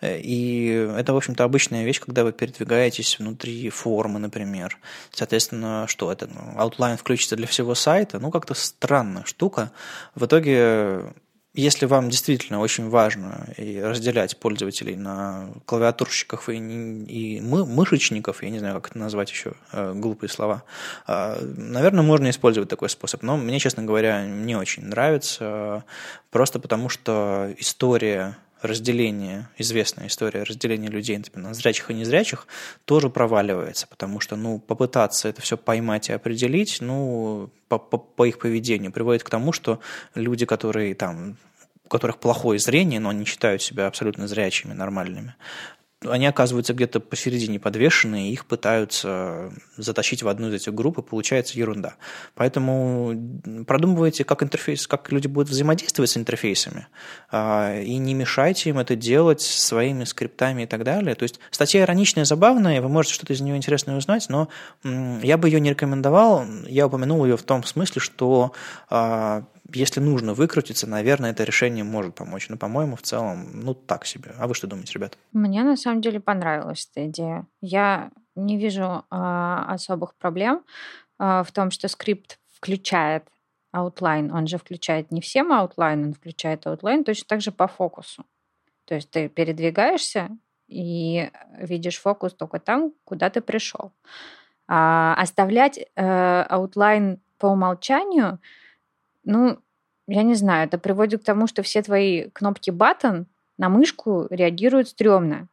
И это, в общем-то, обычная вещь, когда вы передвигаетесь внутри формы, например. Соответственно, что это? Outline включится для всего сайта? Ну, как-то странная штука. В итоге... Если вам действительно очень важно разделять пользователей на клавиатурщиков и, и мы, мышечников, я не знаю, как это назвать еще, глупые слова, наверное, можно использовать такой способ. Но мне, честно говоря, не очень нравится, просто потому что история разделения, известная история разделения людей на зрячих и незрячих тоже проваливается, потому что ну, попытаться это все поймать и определить, ну, по, по, по их поведению приводит к тому, что люди, которые там, у которых плохое зрение, но они считают себя абсолютно зрячими, нормальными, они оказываются где-то посередине подвешенные, и их пытаются затащить в одну из этих групп, и получается ерунда. Поэтому продумывайте, как интерфейс, как люди будут взаимодействовать с интерфейсами, и не мешайте им это делать своими скриптами и так далее. То есть статья ироничная, забавная, вы можете что-то из нее интересное узнать, но я бы ее не рекомендовал. Я упомянул ее в том смысле, что если нужно выкрутиться, наверное, это решение может помочь. Но, по-моему, в целом, ну, так себе. А вы что думаете, ребята? Мне, на самом деле, понравилась эта идея. Я не вижу э, особых проблем э, в том, что скрипт включает outline. Он же включает не всем outline, он включает outline точно так же по фокусу. То есть ты передвигаешься и видишь фокус только там, куда ты пришел. А оставлять э, outline по умолчанию, ну, я не знаю, это приводит к тому, что все твои кнопки button на мышку реагируют стрёмно.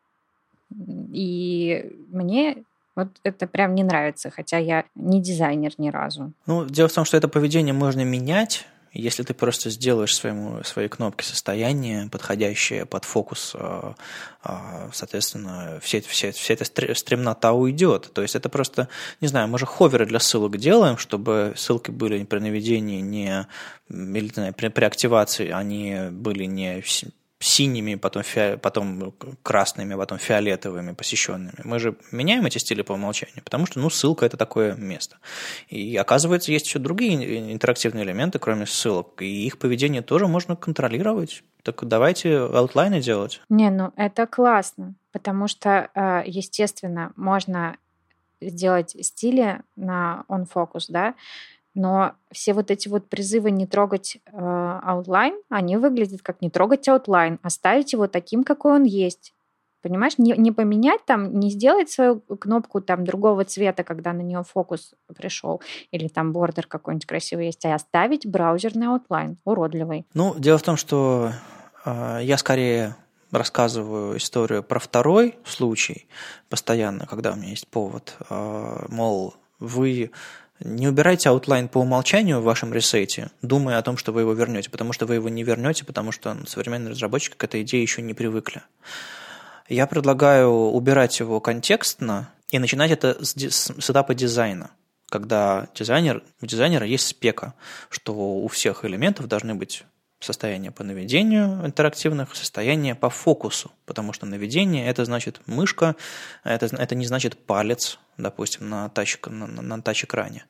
И мне вот это прям не нравится, хотя я не дизайнер ни разу. Ну, дело в том, что это поведение можно менять, если ты просто сделаешь своему, своей кнопке состояние, подходящее под фокус, соответственно, все, все, вся эта стремнота уйдет. То есть это просто, не знаю, мы же ховеры для ссылок делаем, чтобы ссылки были при наведении не, или, не знаю, при, при активации они были не синими, потом, фи... потом красными, потом фиолетовыми посещенными. Мы же меняем эти стили по умолчанию, потому что, ну, ссылка – это такое место. И, оказывается, есть еще другие интерактивные элементы, кроме ссылок, и их поведение тоже можно контролировать. Так давайте аутлайны делать. Не, ну, это классно, потому что, естественно, можно сделать стили на on-focus, да, но все вот эти вот призывы не трогать э, outline, они выглядят как не трогать outline, оставить его таким, какой он есть. Понимаешь, не, не поменять там, не сделать свою кнопку там другого цвета, когда на нее фокус пришел, или там бордер какой-нибудь красивый есть, а оставить браузерный outline, уродливый. Ну, дело в том, что э, я скорее рассказываю историю про второй случай постоянно, когда у меня есть повод, э, мол, вы... Не убирайте outline по умолчанию в вашем ресете, думая о том, что вы его вернете, потому что вы его не вернете, потому что современные разработчики к этой идее еще не привыкли. Я предлагаю убирать его контекстно и начинать это с, с этапа дизайна, когда дизайнер, у дизайнера есть спека, что у всех элементов должны быть состояние по наведению интерактивных, состояние по фокусу, потому что наведение – это значит мышка, это, это не значит палец, допустим, на, тач, на, на тач-экране.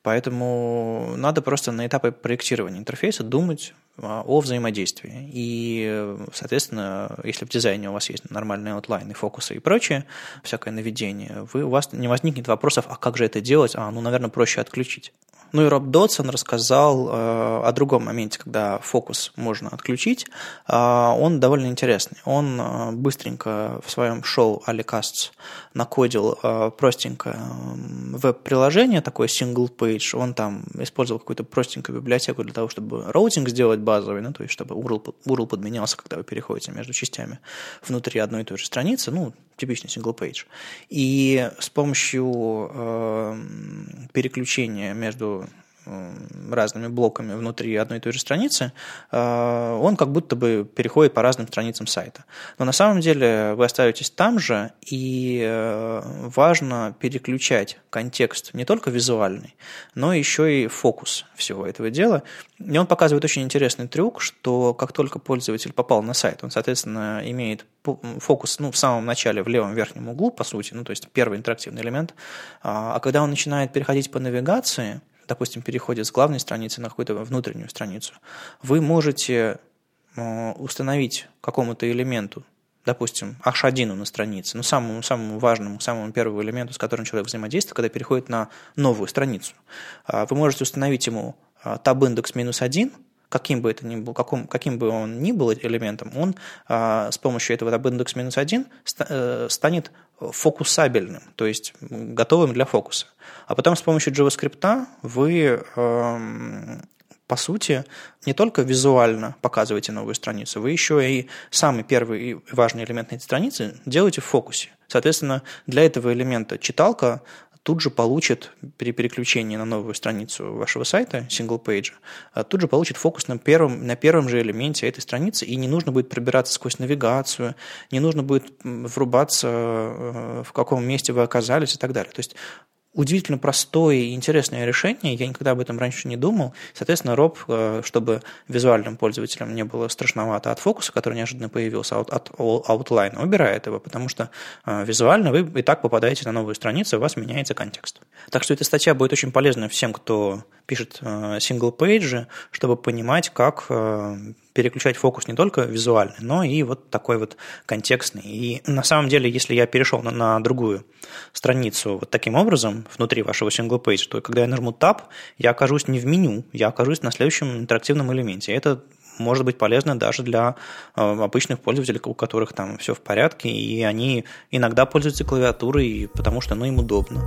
Поэтому надо просто на этапе проектирования интерфейса думать о взаимодействии. И, соответственно, если в дизайне у вас есть нормальные аутлайны, фокусы и прочее, всякое наведение, вы, у вас не возникнет вопросов, а как же это делать? А, ну, наверное, проще отключить. Ну и Роб Додсон рассказал э, о другом моменте, когда фокус можно отключить. Э, он довольно интересный. Он э, быстренько в своем шоу Alicasts накодил э, простенькое веб-приложение, такое single page. Он там использовал какую-то простенькую библиотеку для того, чтобы роутинг сделать базовый, ну, то есть чтобы ю ар эл, ю ар эл подменялся, когда вы переходите между частями внутри одной и той же страницы, ну, типичный single page. И с помощью э, переключения между разными блоками внутри одной и той же страницы, он как будто бы переходит по разным страницам сайта. Но на самом деле вы остаетесь там же, и важно переключать контекст не только визуальный, но еще и фокус всего этого дела. И он показывает очень интересный трюк, что как только пользователь попал на сайт, он, соответственно, имеет фокус ну, в самом начале в левом верхнем углу, по сути, ну, то есть первый интерактивный элемент, а когда он начинает переходить по навигации, допустим, переходит с главной страницы на какую-то внутреннюю страницу, вы можете установить какому-то элементу, допустим, эйч один на странице, ну, самому, самому важному, самому первому элементу, с которым человек взаимодействует, когда переходит на новую страницу. Вы можете установить ему tab-индекс минус один, каким бы это ни был, каком, каким бы он ни был элементом, он а, с помощью этого tab-индекс минус один станет фокусабельным, то есть готовым для фокуса. А потом с помощью JavaScript вы, э, по сути, не только визуально показываете новую страницу, вы еще и самый первый и важный элемент этой страницы делаете в фокусе. Соответственно, для этого элемента читалка тут же получит при переключении на новую страницу вашего сайта, single page, тут же получит фокус на первом, на первом же элементе этой страницы, и не нужно будет пробираться сквозь навигацию, не нужно будет врубаться, в каком месте вы оказались и так далее. То есть удивительно простое и интересное решение, я никогда об этом раньше не думал. Соответственно, Роб, чтобы визуальным пользователям не было страшновато от фокуса, который неожиданно появился, от аутлайна, убирает его, потому что визуально вы и так попадаете на новую страницу, у вас меняется контекст. Так что эта статья будет очень полезна всем, кто пишет сингл-пейджи, чтобы понимать, как переключать фокус не только визуальный, но и вот такой вот контекстный. И на самом деле, если я перешел на, на другую страницу вот таким образом, внутри вашего single page, то когда я нажму Tab, я окажусь не в меню, я окажусь на следующем интерактивном элементе. Это может быть полезно даже для э, обычных пользователей, у которых там все в порядке, и они иногда пользуются клавиатурой, потому что ну, им удобно.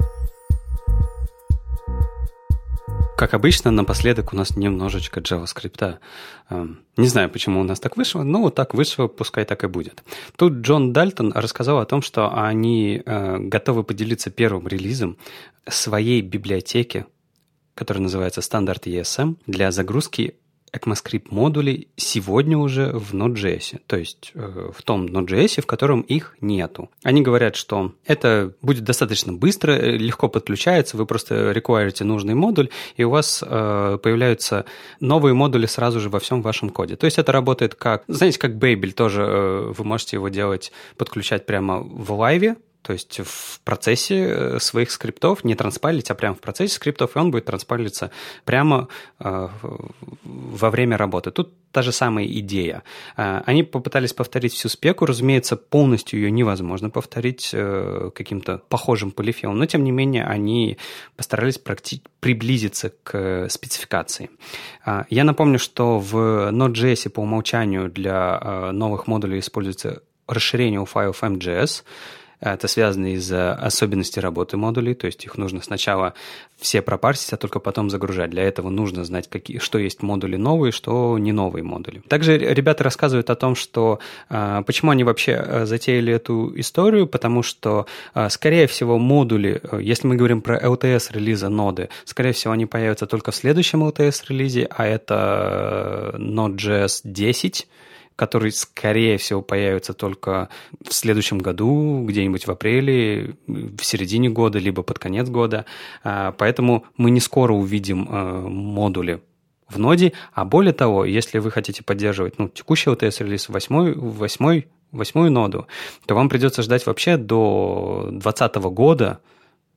Как обычно, напоследок у нас немножечко JavaScript. Не знаю, почему у нас так вышло, но вот так вышло, пускай так и будет. Тут Джон Дальтон рассказал о том, что они готовы поделиться первым релизом своей библиотеки, которая называется Standard и эс эм, для загрузки ECMAScript модулей сегодня уже в Node.js, то есть э, в том Node.js, в котором их нету. Они говорят, что это будет достаточно быстро, легко подключается, вы просто реквайрите нужный модуль, и у вас э, появляются новые модули сразу же во всем вашем коде. То есть это работает как, знаете, как Babel, тоже э, вы можете его делать, подключать прямо в лайве, то есть в процессе своих скриптов, не транспайлить, а прямо в процессе скриптов, и он будет транспайлиться прямо э, во время работы. Тут та же самая идея. Э, они попытались повторить всю спеку, разумеется, полностью ее невозможно повторить э, каким-то похожим полифилом, но тем не менее они постарались практи- приблизиться к спецификации. Э, я напомню, что в Node.js по умолчанию для э, новых модулей используется расширение у файлов эм джей эс. Это связано из-за особенностей работы модулей, то есть их нужно сначала все пропарсить, а только потом загружать. Для этого нужно знать, какие, что есть модули новые, что не новые модули. Также ребята рассказывают о том, что почему они вообще затеяли эту историю, потому что, скорее всего, модули, если мы говорим про эл ти эс-релиза ноды, скорее всего, они появятся только в следующем эл ти эс-релизе, а это Node.js десять, который, скорее всего, появится только в следующем году, где-нибудь в апреле, в середине года, либо под конец года. Поэтому мы не скоро увидим модули в ноде. А более того, если вы хотите поддерживать ну, текущий эл ти эс-релиз восьмой, восьмой, восьмую ноду, то вам придется ждать вообще до двадцатого года,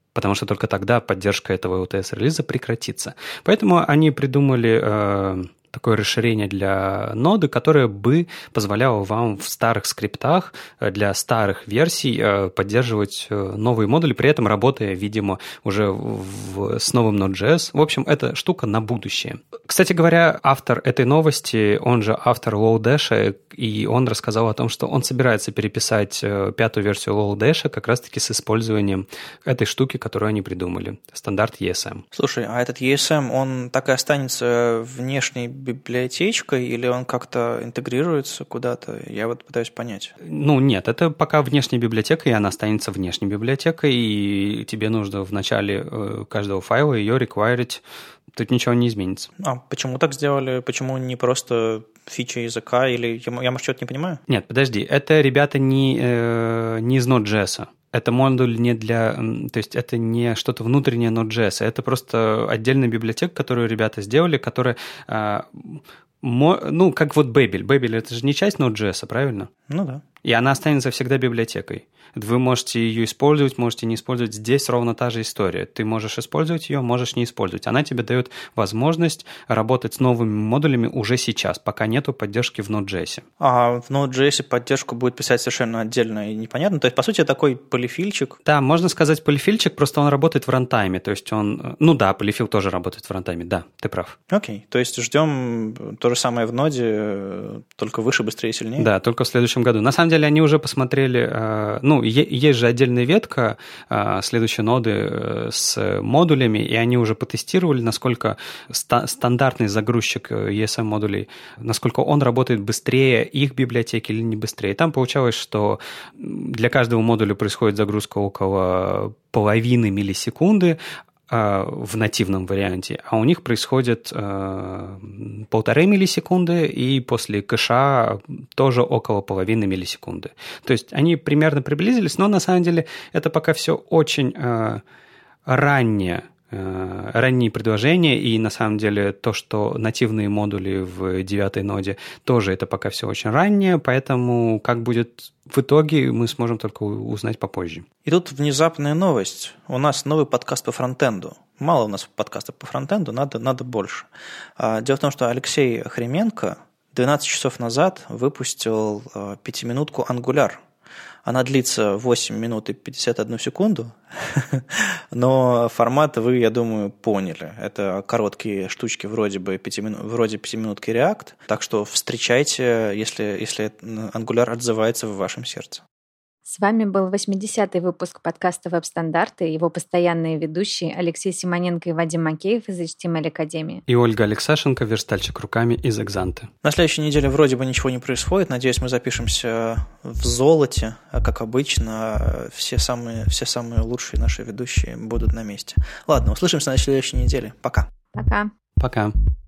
потому что только тогда поддержка этого эл ти эс-релиза прекратится. Поэтому они придумали э, такое расширение для ноды, которое бы позволяло вам в старых скриптах для старых версий поддерживать новые модули, при этом работая, видимо, уже в, с новым Node.js. В общем, это штука на будущее. Кстати говоря, автор этой новости, он же автор Lodash, и он рассказал о том, что он собирается переписать пятую версию Lodash как раз-таки с использованием этой штуки, которую они придумали, стандарт и эс эм. Слушай, а этот и эс эм, он так и останется внешней библиотечкой или он как-то интегрируется куда-то? Я вот пытаюсь понять. Ну, нет, это пока внешняя библиотека, и она останется внешней библиотекой, и тебе нужно в начале каждого файла ее реквайрить. Тут ничего не изменится. А почему так сделали? Почему не просто фича языка? Или я, я может, что-то не понимаю? Нет, подожди, это ребята не, э, не из Node.js. Это модуль не для... То есть это не что-то внутреннее Node.js, это просто отдельная библиотека, которую ребята сделали, которая... Э, мо, ну, как вот Babel. Babel — это же не часть Node.js, правильно? Ну да. И она останется всегда библиотекой. Вы можете ее использовать, можете не использовать. Здесь ровно та же история. Ты можешь использовать ее, можешь не использовать. Она тебе дает возможность работать с новыми модулями уже сейчас, пока нету поддержки в Node.js. А в Node.js поддержку будет писать совершенно отдельно и непонятно. То есть, по сути, такой полифильчик. Да, можно сказать полифильчик, просто он работает в рантайме. То есть он... Ну да, полифил тоже работает в рантайме. Да, ты прав. Окей. То есть ждем то же самое в ноде, только выше, быстрее, сильнее? Да, только в следующем году. На самом деле они уже посмотрели... Ну, есть же отдельная ветка следующей ноды с модулями, и они уже потестировали, насколько ста- стандартный загрузчик и эс эм-модулей, насколько он работает быстрее их библиотеки или не быстрее. Там получалось, что для каждого модуля происходит загрузка около половины миллисекунды, в нативном варианте, а у них происходит э, полторы миллисекунды, и после кэша тоже около половины миллисекунды. То есть они примерно приблизились, но на самом деле это пока все очень э, раннее, э, ранние предложения, и на самом деле то, что нативные модули в девятой ноде, тоже это пока все очень раннее, поэтому как будет в итоге, мы сможем только узнать попозже. И тут внезапная новость. У нас новый подкаст по фронтенду. Мало у нас подкастов по фронтенду, надо, надо больше. Дело в том, что Алексей Хременко двенадцать часов назад выпустил пятиминутку Angular. Она длится восемь минут и пятьдесят одну секунду, но формат вы, я думаю, поняли. Это короткие штучки вроде бы пятимину... вроде пятиминутки React, так что встречайте, если, если Angular отзывается в вашем сердце. С вами был восьмидесятый выпуск подкаста «Веб-стандарты», его постоянные ведущие Алексей Симоненко и Вадим Макеев из эйч ти эм эль Академии. И Ольга Алексашенко, верстальщик руками из Экзанты. На следующей неделе вроде бы ничего не происходит. Надеюсь, мы запишемся в золоте, а как обычно, все самые, все самые лучшие наши ведущие будут на месте. Ладно, услышимся на следующей неделе. Пока. Пока. Пока.